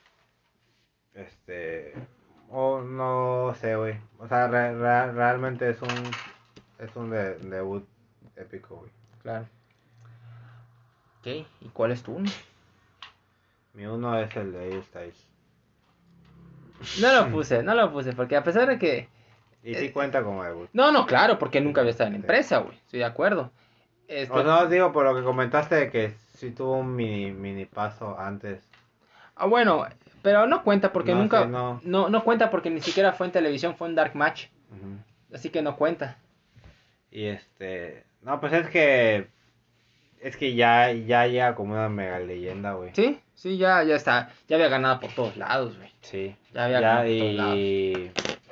este, o no sé, güey. O sea, re- re- realmente es un, es un de- debut épico, güey. Claro. Ok. ¿Y cuál es tu uno? Mi uno es el de A J Styles. No lo puse, no lo puse. Porque a pesar de que... Y sí Eh, cuenta como debut. No, no, claro. Porque nunca había estado en la empresa, güey. Estoy de acuerdo. Este... O no, digo por lo que comentaste de que sí tuvo un mini, mini paso antes. Ah, bueno. Pero no cuenta porque No, nunca... sí, no. no. No cuenta porque ni siquiera fue en televisión. Fue en Dark Match. Ujú. Así que no cuenta. Y este... No, pues es que... Es que ya, ya llega como una mega leyenda, güey. Sí, sí, ya, ya está. Ya había ganado por todos lados, güey. Sí. Ya había ganado por todos lados. y...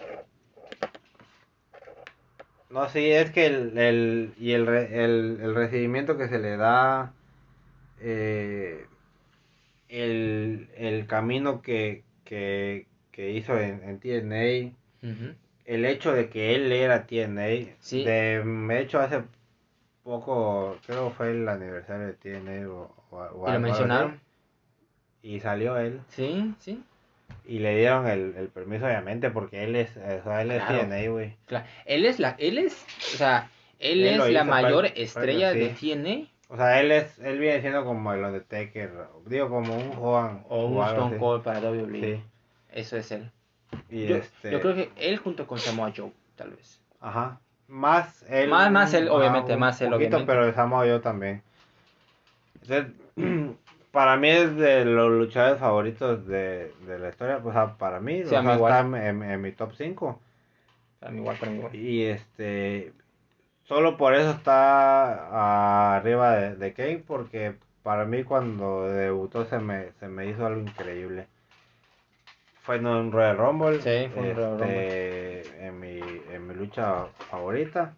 No, sí, es que el, el, y el, re- el, el recibimiento que se le da, eh, el, el camino que, que, que hizo en, en T N A, Ujú. el hecho de que él era T N A, Sí. de hecho hace poco, creo que fue el aniversario de T N A o, o, o Y algo lo así, mencionaron. y salió él, Sí, sí. y le dieron el, el permiso obviamente porque él es, o sea, él es Claro. T N A, güey. Claro. Él es la, él es, o sea, él, Él lo es la hizo, mayor par- estrella par- de sí. T N O sea, él es, él viene siendo como el Undertaker, digo como un Juan A o un algo Stone así. Cold para W W E. Sí. Eso es él. Y Yo, este, yo creo que él junto con Samoa Joe, tal vez. ajá, más él, Más- más él, ajá, obviamente, un más él, poquito, obviamente. pero Samoa yo también. Entonces, para mí es de los luchadores favoritos de, de la historia. O sea, para mí, Sí, o a mí sea, igual. está en, en- en mi top cinco. Para mí igual, para mí igual. Y este, solo por eso está arriba de, de Kane, porque para mí cuando debutó se me, se me hizo algo increíble. Fue en un Royal Rumble, Sí, fue un Royal Rumble. este, en mi, en mi lucha favorita.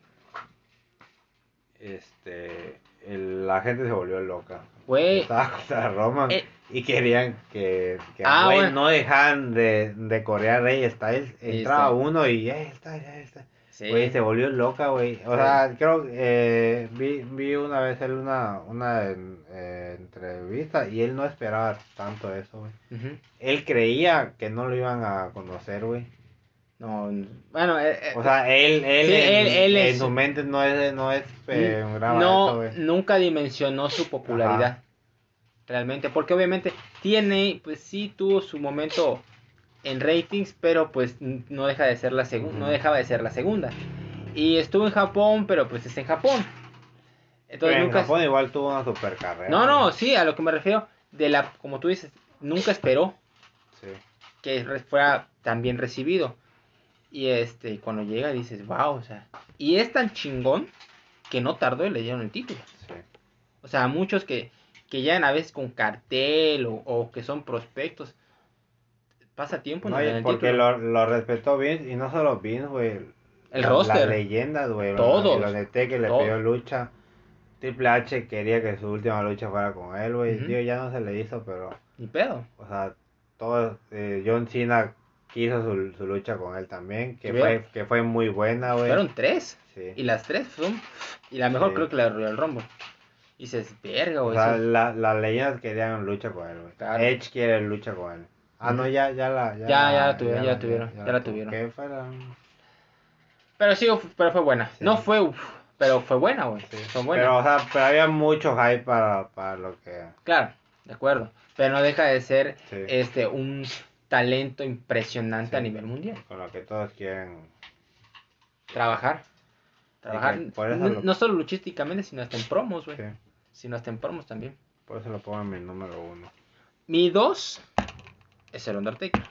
Este, el- la gente se volvió loca. Güey. Estaba contra Roman eh, y querían que, que ah, güey, bueno. no dejaban de, de corear Rey Styles. Sí, Entraba está. uno y eh, Styles, eh, Styles. Güey, Sí. se volvió loca, güey. O Sí. sea, creo que eh, vi, vi una vez él una, una en- eh, entrevista y él no esperaba tanto eso, güey. Ujú. Él creía que no lo iban a conocer, güey. No, bueno, eh, eh, O sea, él, él, sí, él, en, él en es. su mente no es, no es n- eh, graba eso, No, güey. nunca dimensionó su Ajá. popularidad. Realmente, porque obviamente tiene, pues sí tuvo su momento en ratings, pero pues n- no deja de ser la segunda, no Ujú. dejaba de ser la segunda. Y estuvo en Japón, pero pues es en Japón. Pero Entonces en nunca es- Japón igual tuvo una super carrera, No, güey. no, sí, a lo que me refiero de la como tú dices, nunca esperó Sí. que re- fuera tan bien recibido. Y este, cuando llega dices, "Wow", o sea, y es tan chingón que no tardó y le dieron el título. Sí. O sea, muchos que que llegan a veces con cartel o, o que son prospectos, pasa tiempo y no No, le y dan el porque título. lo, lo respetó Vince, y no solo Vince, güey. El La- Las roster, leyendas, güey. El todos, Undertaker le pidió todos. lucha. Triple H quería que su última lucha fuera con él, güey. Ujú. Digo, ya no se le hizo, pero, Ni pedo. o sea, todo, eh, John Cena quiso su, su lucha con él también, que Tuvieron, fue, que fue muy buena, güey. fueron tres. Sí, Y las tres son. Y la mejor sí. creo que la de Royal Rumble. Y dices, verga, O güey. sea, Eso, la, las leyendas querían lucha con él, güey. claro. Edge quiere lucha con él. Ah, no, Ujú. ya, ya la, ya Ya, ya la la, tuvieron, ya ya la la, ya, tuvieron, ya ya la la tuvo. tuvieron. ¿Qué fue la? Pero sí, uf, pero fue buena. Sí. No fue, uf, pero fue buena, güey. Sí. Fue buena. Pero, o sea, pero había mucho hype para, para lo que... Claro, de acuerdo. Pero no deja de ser Sí. este un talento impresionante Sí. a nivel mundial. Con lo que todos quieren. Trabajar. Trabajar. que por eso No, lo- no solo luchísticamente, sino hasta en promos, güey. Sí, Sino hasta en promos también. por eso lo pongo en mi número uno. Mi dos es el Undertaker.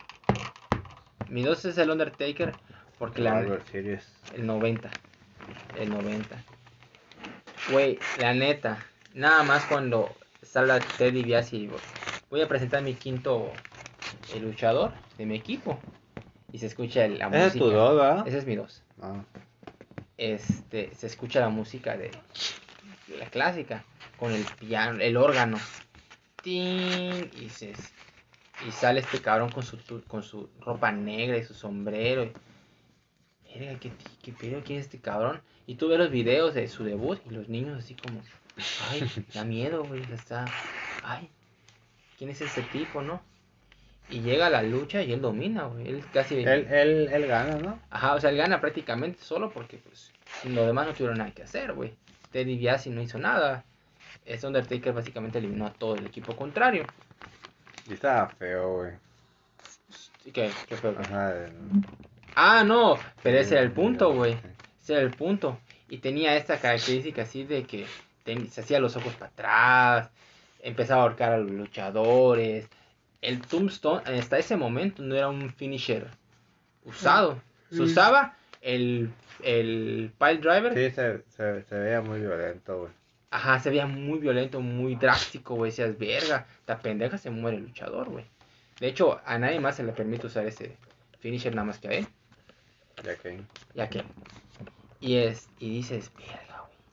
Mi dos es el Undertaker porque la, Survivor Series. el noventa. El noventa. Güey, la neta. Nada más cuando salga Teddy DiBiase y voy a presentar mi quinto eh, luchador de mi equipo. Y se escucha la Ese es música. tu dos, ¿verdad? Ese es mi dos. Ah, Este, se escucha la música de, de la clásica. Con el piano, el órgano. ¡Ting! Y, se, y sale este cabrón con su, tu- con su ropa negra y su sombrero. Y, verga, ¿qué, qué pedo? ¿Quién es este cabrón? Y tú ves los videos de su debut y los niños así como, ay, da miedo, güey, está, ay, ¿quién es ese tipo, no? Y llega a la lucha y él domina, güey, él casi, él, él, él gana, ¿no? ajá, o sea, él gana prácticamente solo porque, pues, los demás no tuvieron nada que hacer, güey. Teddy DiBiase no hizo nada. Es Undertaker básicamente eliminó a todo el equipo contrario. Y estaba feo, güey. ¿Qué? ¿Qué fue, güey? Ajá, el- Ah, no, pero Sí, ese era el punto, sí. güey. Ese era el punto. Y tenía esta característica así de que ten- se hacía los ojos para atrás, empezaba a ahorcar a los luchadores. El Tombstone hasta ese momento no era un finisher usado. Se usaba el, el pile driver. Sí, se, se, se veía muy violento, güey. Ajá, se veía muy violento, muy drástico, güey. Decías, verga, esta pendeja se muere el luchador, güey. De hecho, a nadie más se le permite usar ese finisher nada más que a él. Ya que... Ya que. Y es. Y dices, verga, güey.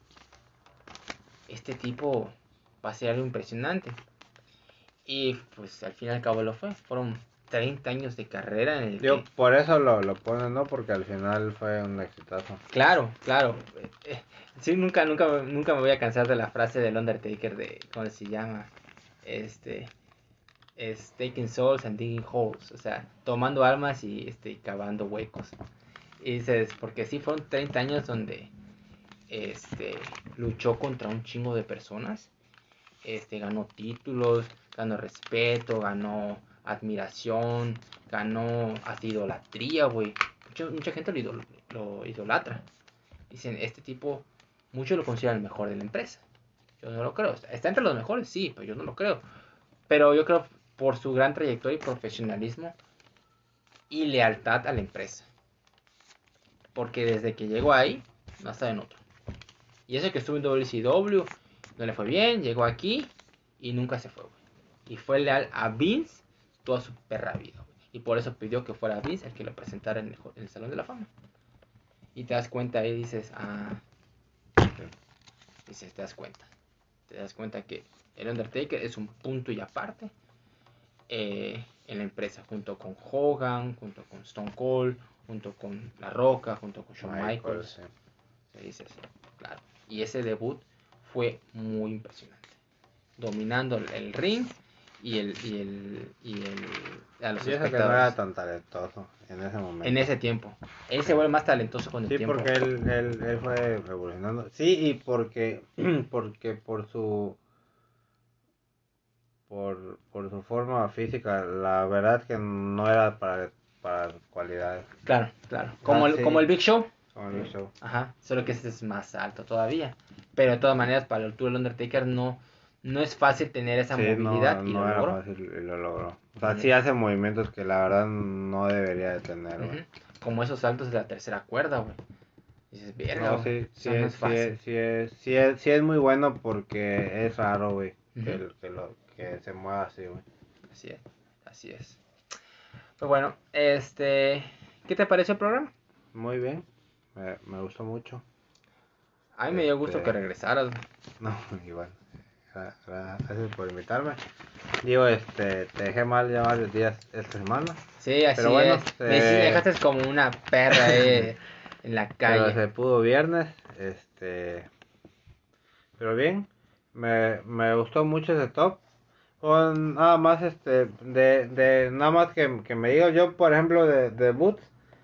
Este tipo va a ser algo impresionante. Y pues al fin y al cabo lo fue. Fueron treinta años de carrera en el Yo, que. por eso lo, lo ponen, ¿no? Porque al final fue un exitazo. Claro, claro. Eh, eh, sí, nunca, nunca, nunca me voy a cansar de la frase del Undertaker de. ¿Cómo se llama? Este. Es taking souls and digging holes. O sea, tomando almas y este, cavando huecos. Y dices, porque sí fueron treinta años donde este luchó contra un chingo de personas, este ganó títulos, ganó respeto, ganó admiración, ganó hasta idolatría, güey. Mucha, mucha gente lo, idol, lo idolatra. Dicen, este tipo, muchos lo consideran el mejor de la empresa. Yo no lo creo. Está entre los mejores, sí, pero yo no lo creo. Pero yo creo por su gran trayectoria y profesionalismo y lealtad a la empresa. Porque desde que llegó ahí, no está en otro. Y eso que estuvo en W C W, no le fue bien, llegó aquí y nunca se fue, güey. Y fue leal a Vince toda su perra vida, güey. Y por eso pidió que fuera Vince el que lo presentara en el, en el Salón de la Fama. Y te das cuenta ahí, dices, ah, dices, te das cuenta. Te das cuenta que el Undertaker es un punto y aparte eh, en la empresa, junto con Hogan, junto con Stone Cold, junto con La Roca, junto con Shawn Michaels. Michaels. Sí. Se dice así, claro. Y ese debut fue muy impresionante. Dominando el, el ring y el y el y el a los y espectadores. Que no era tan talentoso en ese momento. En ese tiempo. Él se vuelve más talentoso con el sí, tiempo. Sí, porque él, él, él fue revolucionando. Sí, y porque porque por su por, por su forma física, la verdad que no era para para cualidades. Claro, claro. Como ah, el, sí. como el Big Show. Como el Big Show. Ajá, solo que este es más alto todavía. Pero de todas maneras, para el altura del Undertaker no no es fácil tener esa sí, movilidad no, y no lo era logró. Fácil y lo logró. O sea, uh-huh. sí hace movimientos que la verdad no debería de tener, güey. Uh-huh. Como esos saltos de la tercera cuerda, güey. Dices, verga, no, sí, sí, es, no es sí, es, sí, es, sí, es, sí es muy bueno porque es raro, güey, uh-huh. que, que, lo, que se mueva así, güey. Así es, así es. Pues bueno, este, ¿qué te pareció el programa? Muy bien, me, me gustó mucho. A mí me dio gusto este... que regresaras. No, igual. Gracias por invitarme. Digo, este, te dejé mal ya varios días esta semana. Sí, así pero bueno, es. Me, eh... me dejaste como una perra eh, en la calle. Pero se pudo viernes, este, pero bien. Me, me gustó mucho ese top. Con nada más, este, de, de nada más que, que me diga yo, por ejemplo, de, de Boots,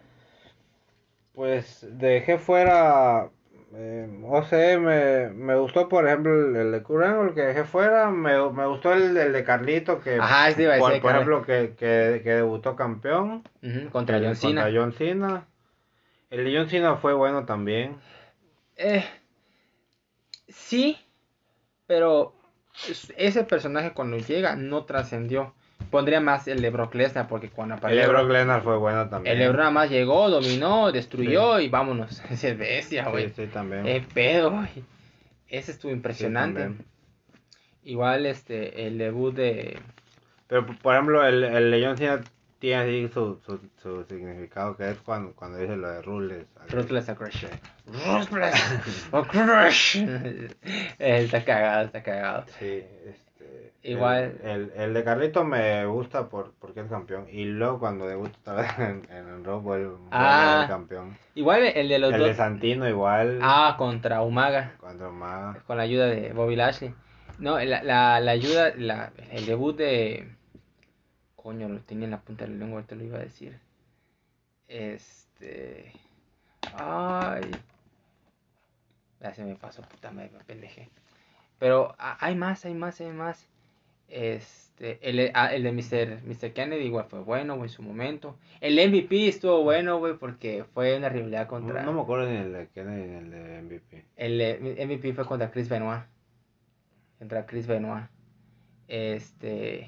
pues dejé fuera. Eh, o sea, me, me gustó por ejemplo el, el de Kurt el que dejé fuera, me, me gustó el, el de Carlito que Ajá, sí, iba a por, decir, por ejemplo que, que, que debutó campeón uh-huh, contra John Cena. Contra John Cena. El de John Cena fue bueno también. Eh, sí, pero ese personaje cuando llega no trascendió. Pondría más el de Brock Lesnar porque cuando apareció... El de Brock Lesnar fue bueno también. El de Brock nada más llegó, dominó, destruyó sí. y vámonos. Ese es bestia, güey. Sí, sí, también. Es pedo, güey. Ese estuvo impresionante. Sí, igual este, el debut de... Pero por ejemplo, el, el de John Cena tiene así su, su, su significado que es cuando, cuando dice lo de Ruthless. Ruthless Aggression. Ruthless Aggression. Está cagado, está cagado. Sí, este... Igual. El, el, el de Carlito me gusta por, porque es campeón. Y luego cuando debuta otra vez en, en el Raw vuelve ah, a ser campeón. Igual el de los el dos. El de Santino igual. Ah, contra Umaga. Contra Umaga. Con la ayuda de Bobby Lashley. No, la, la, la ayuda, la, el debut de... Coño, lo tenía en la punta de la lengua, te lo iba a decir. Este... Ay... Ya se me pasó, puta madre, me pendejé. Pero ah, hay más, hay más, hay más. Este, el, ah, el de mister mister Kennedy igual fue bueno, güey, en su momento. El M V P estuvo bueno, güey, porque fue una rivalidad contra... No, no me acuerdo ni el de Kennedy ni el de M V P. El eh, M V P fue contra Chris Benoit. Contra Chris Benoit. Este...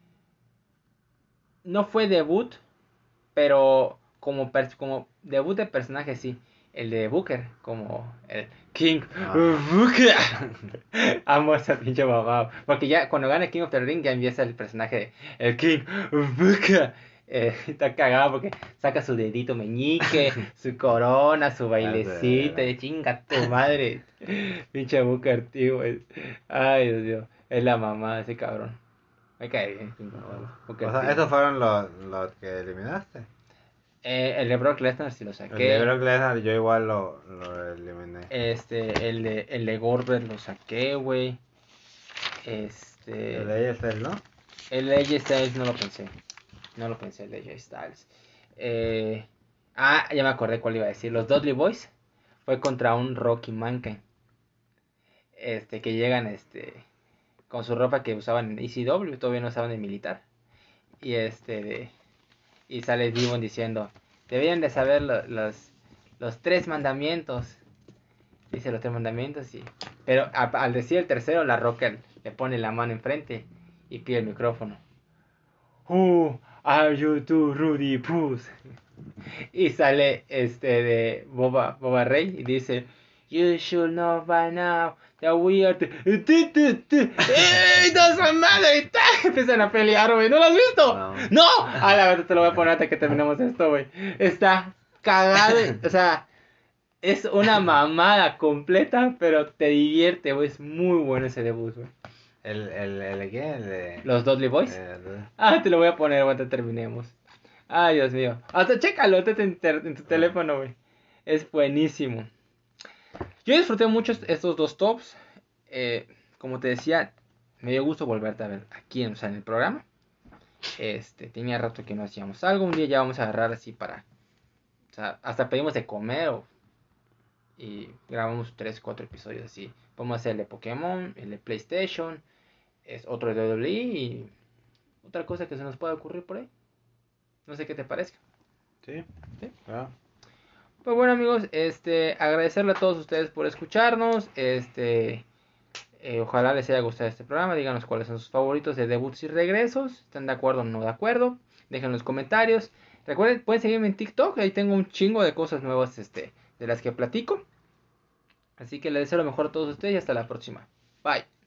No fue debut, pero como, per, como debut de personaje sí. El de Booker, como el King ah. of Booker. Amo esa pinche babado. Porque ya cuando gana King of the Ring ya empieza el personaje de el King of Booker. Eh, está cagado porque saca su dedito meñique, su corona, su bailecita. De chinga tu madre. Pinche Booker, tío. Ay, Dios mío. Es la mamá de ese cabrón. Me cae bien. Booker, o sea, tío. ¿Esos fueron los, los que eliminaste? Eh, el de Brock Lesnar sí lo saqué. El de Brock Lesnar yo igual lo, lo eliminé. Este, el de, el de Goldberg lo saqué, güey. Este... El de A J Styles, ¿no? El de A J Styles no lo pensé. No lo pensé, el de A J Styles. Eh... Ah, ya me acordé cuál iba a decir. Los Dudley Boys fue contra un Rocky Mankind. Este, que llegan, este... con su ropa que usaban en E C W, todavía no usaban en militar. Y este, de... Y sale Devon diciendo, deberían de saber lo, los, los tres mandamientos. Dice los tres mandamientos y... Pero a, al decir el tercero, la Roca le pone la mano enfrente y pide el micrófono. Who are you to Rudy Puss? Y sale este de Boba, Boba Rey y dice, you should know by now that we are the... ¡Ey, no son madre! Empiezan a pelear, güey. ¿No lo has visto? No. ¡No! A la verdad te lo voy a poner hasta que terminemos esto, güey. Está cagado. O sea, es una mamada completa, pero te divierte, güey. Es muy bueno ese debut, güey. ¿El, el, el, qué? El de... ¿Los Dudley Boys? El... Ah, te lo voy a poner cuando terminemos. Ay, Dios mío. Hasta chécalo en tu, en tu teléfono, güey. Es buenísimo. Yo disfruté mucho estos dos tops. Eh, como te decía, me dio gusto volverte a ver aquí, o sea, en el programa. Este, tenía rato que no hacíamos algo. Un día ya vamos a agarrar así para... O sea, hasta pedimos de comer o... Y grabamos tres, cuatro episodios así. Vamos a hacer el de Pokémon, el de PlayStation, es otro de W W E y otra cosa que se nos pueda ocurrir por ahí. No sé qué te parezca. Sí, ¿Sí? Ah. Pues bueno, amigos, este, agradecerle a todos ustedes por escucharnos. Este, eh, ojalá les haya gustado este programa. Díganos cuáles son sus favoritos de debuts y regresos. ¿Están de acuerdo o no de acuerdo? Dejen los comentarios. Recuerden, pueden seguirme en TikTok. Ahí tengo un chingo de cosas nuevas, este, de las que platico. Así que les deseo lo mejor a todos ustedes y hasta la próxima. Bye.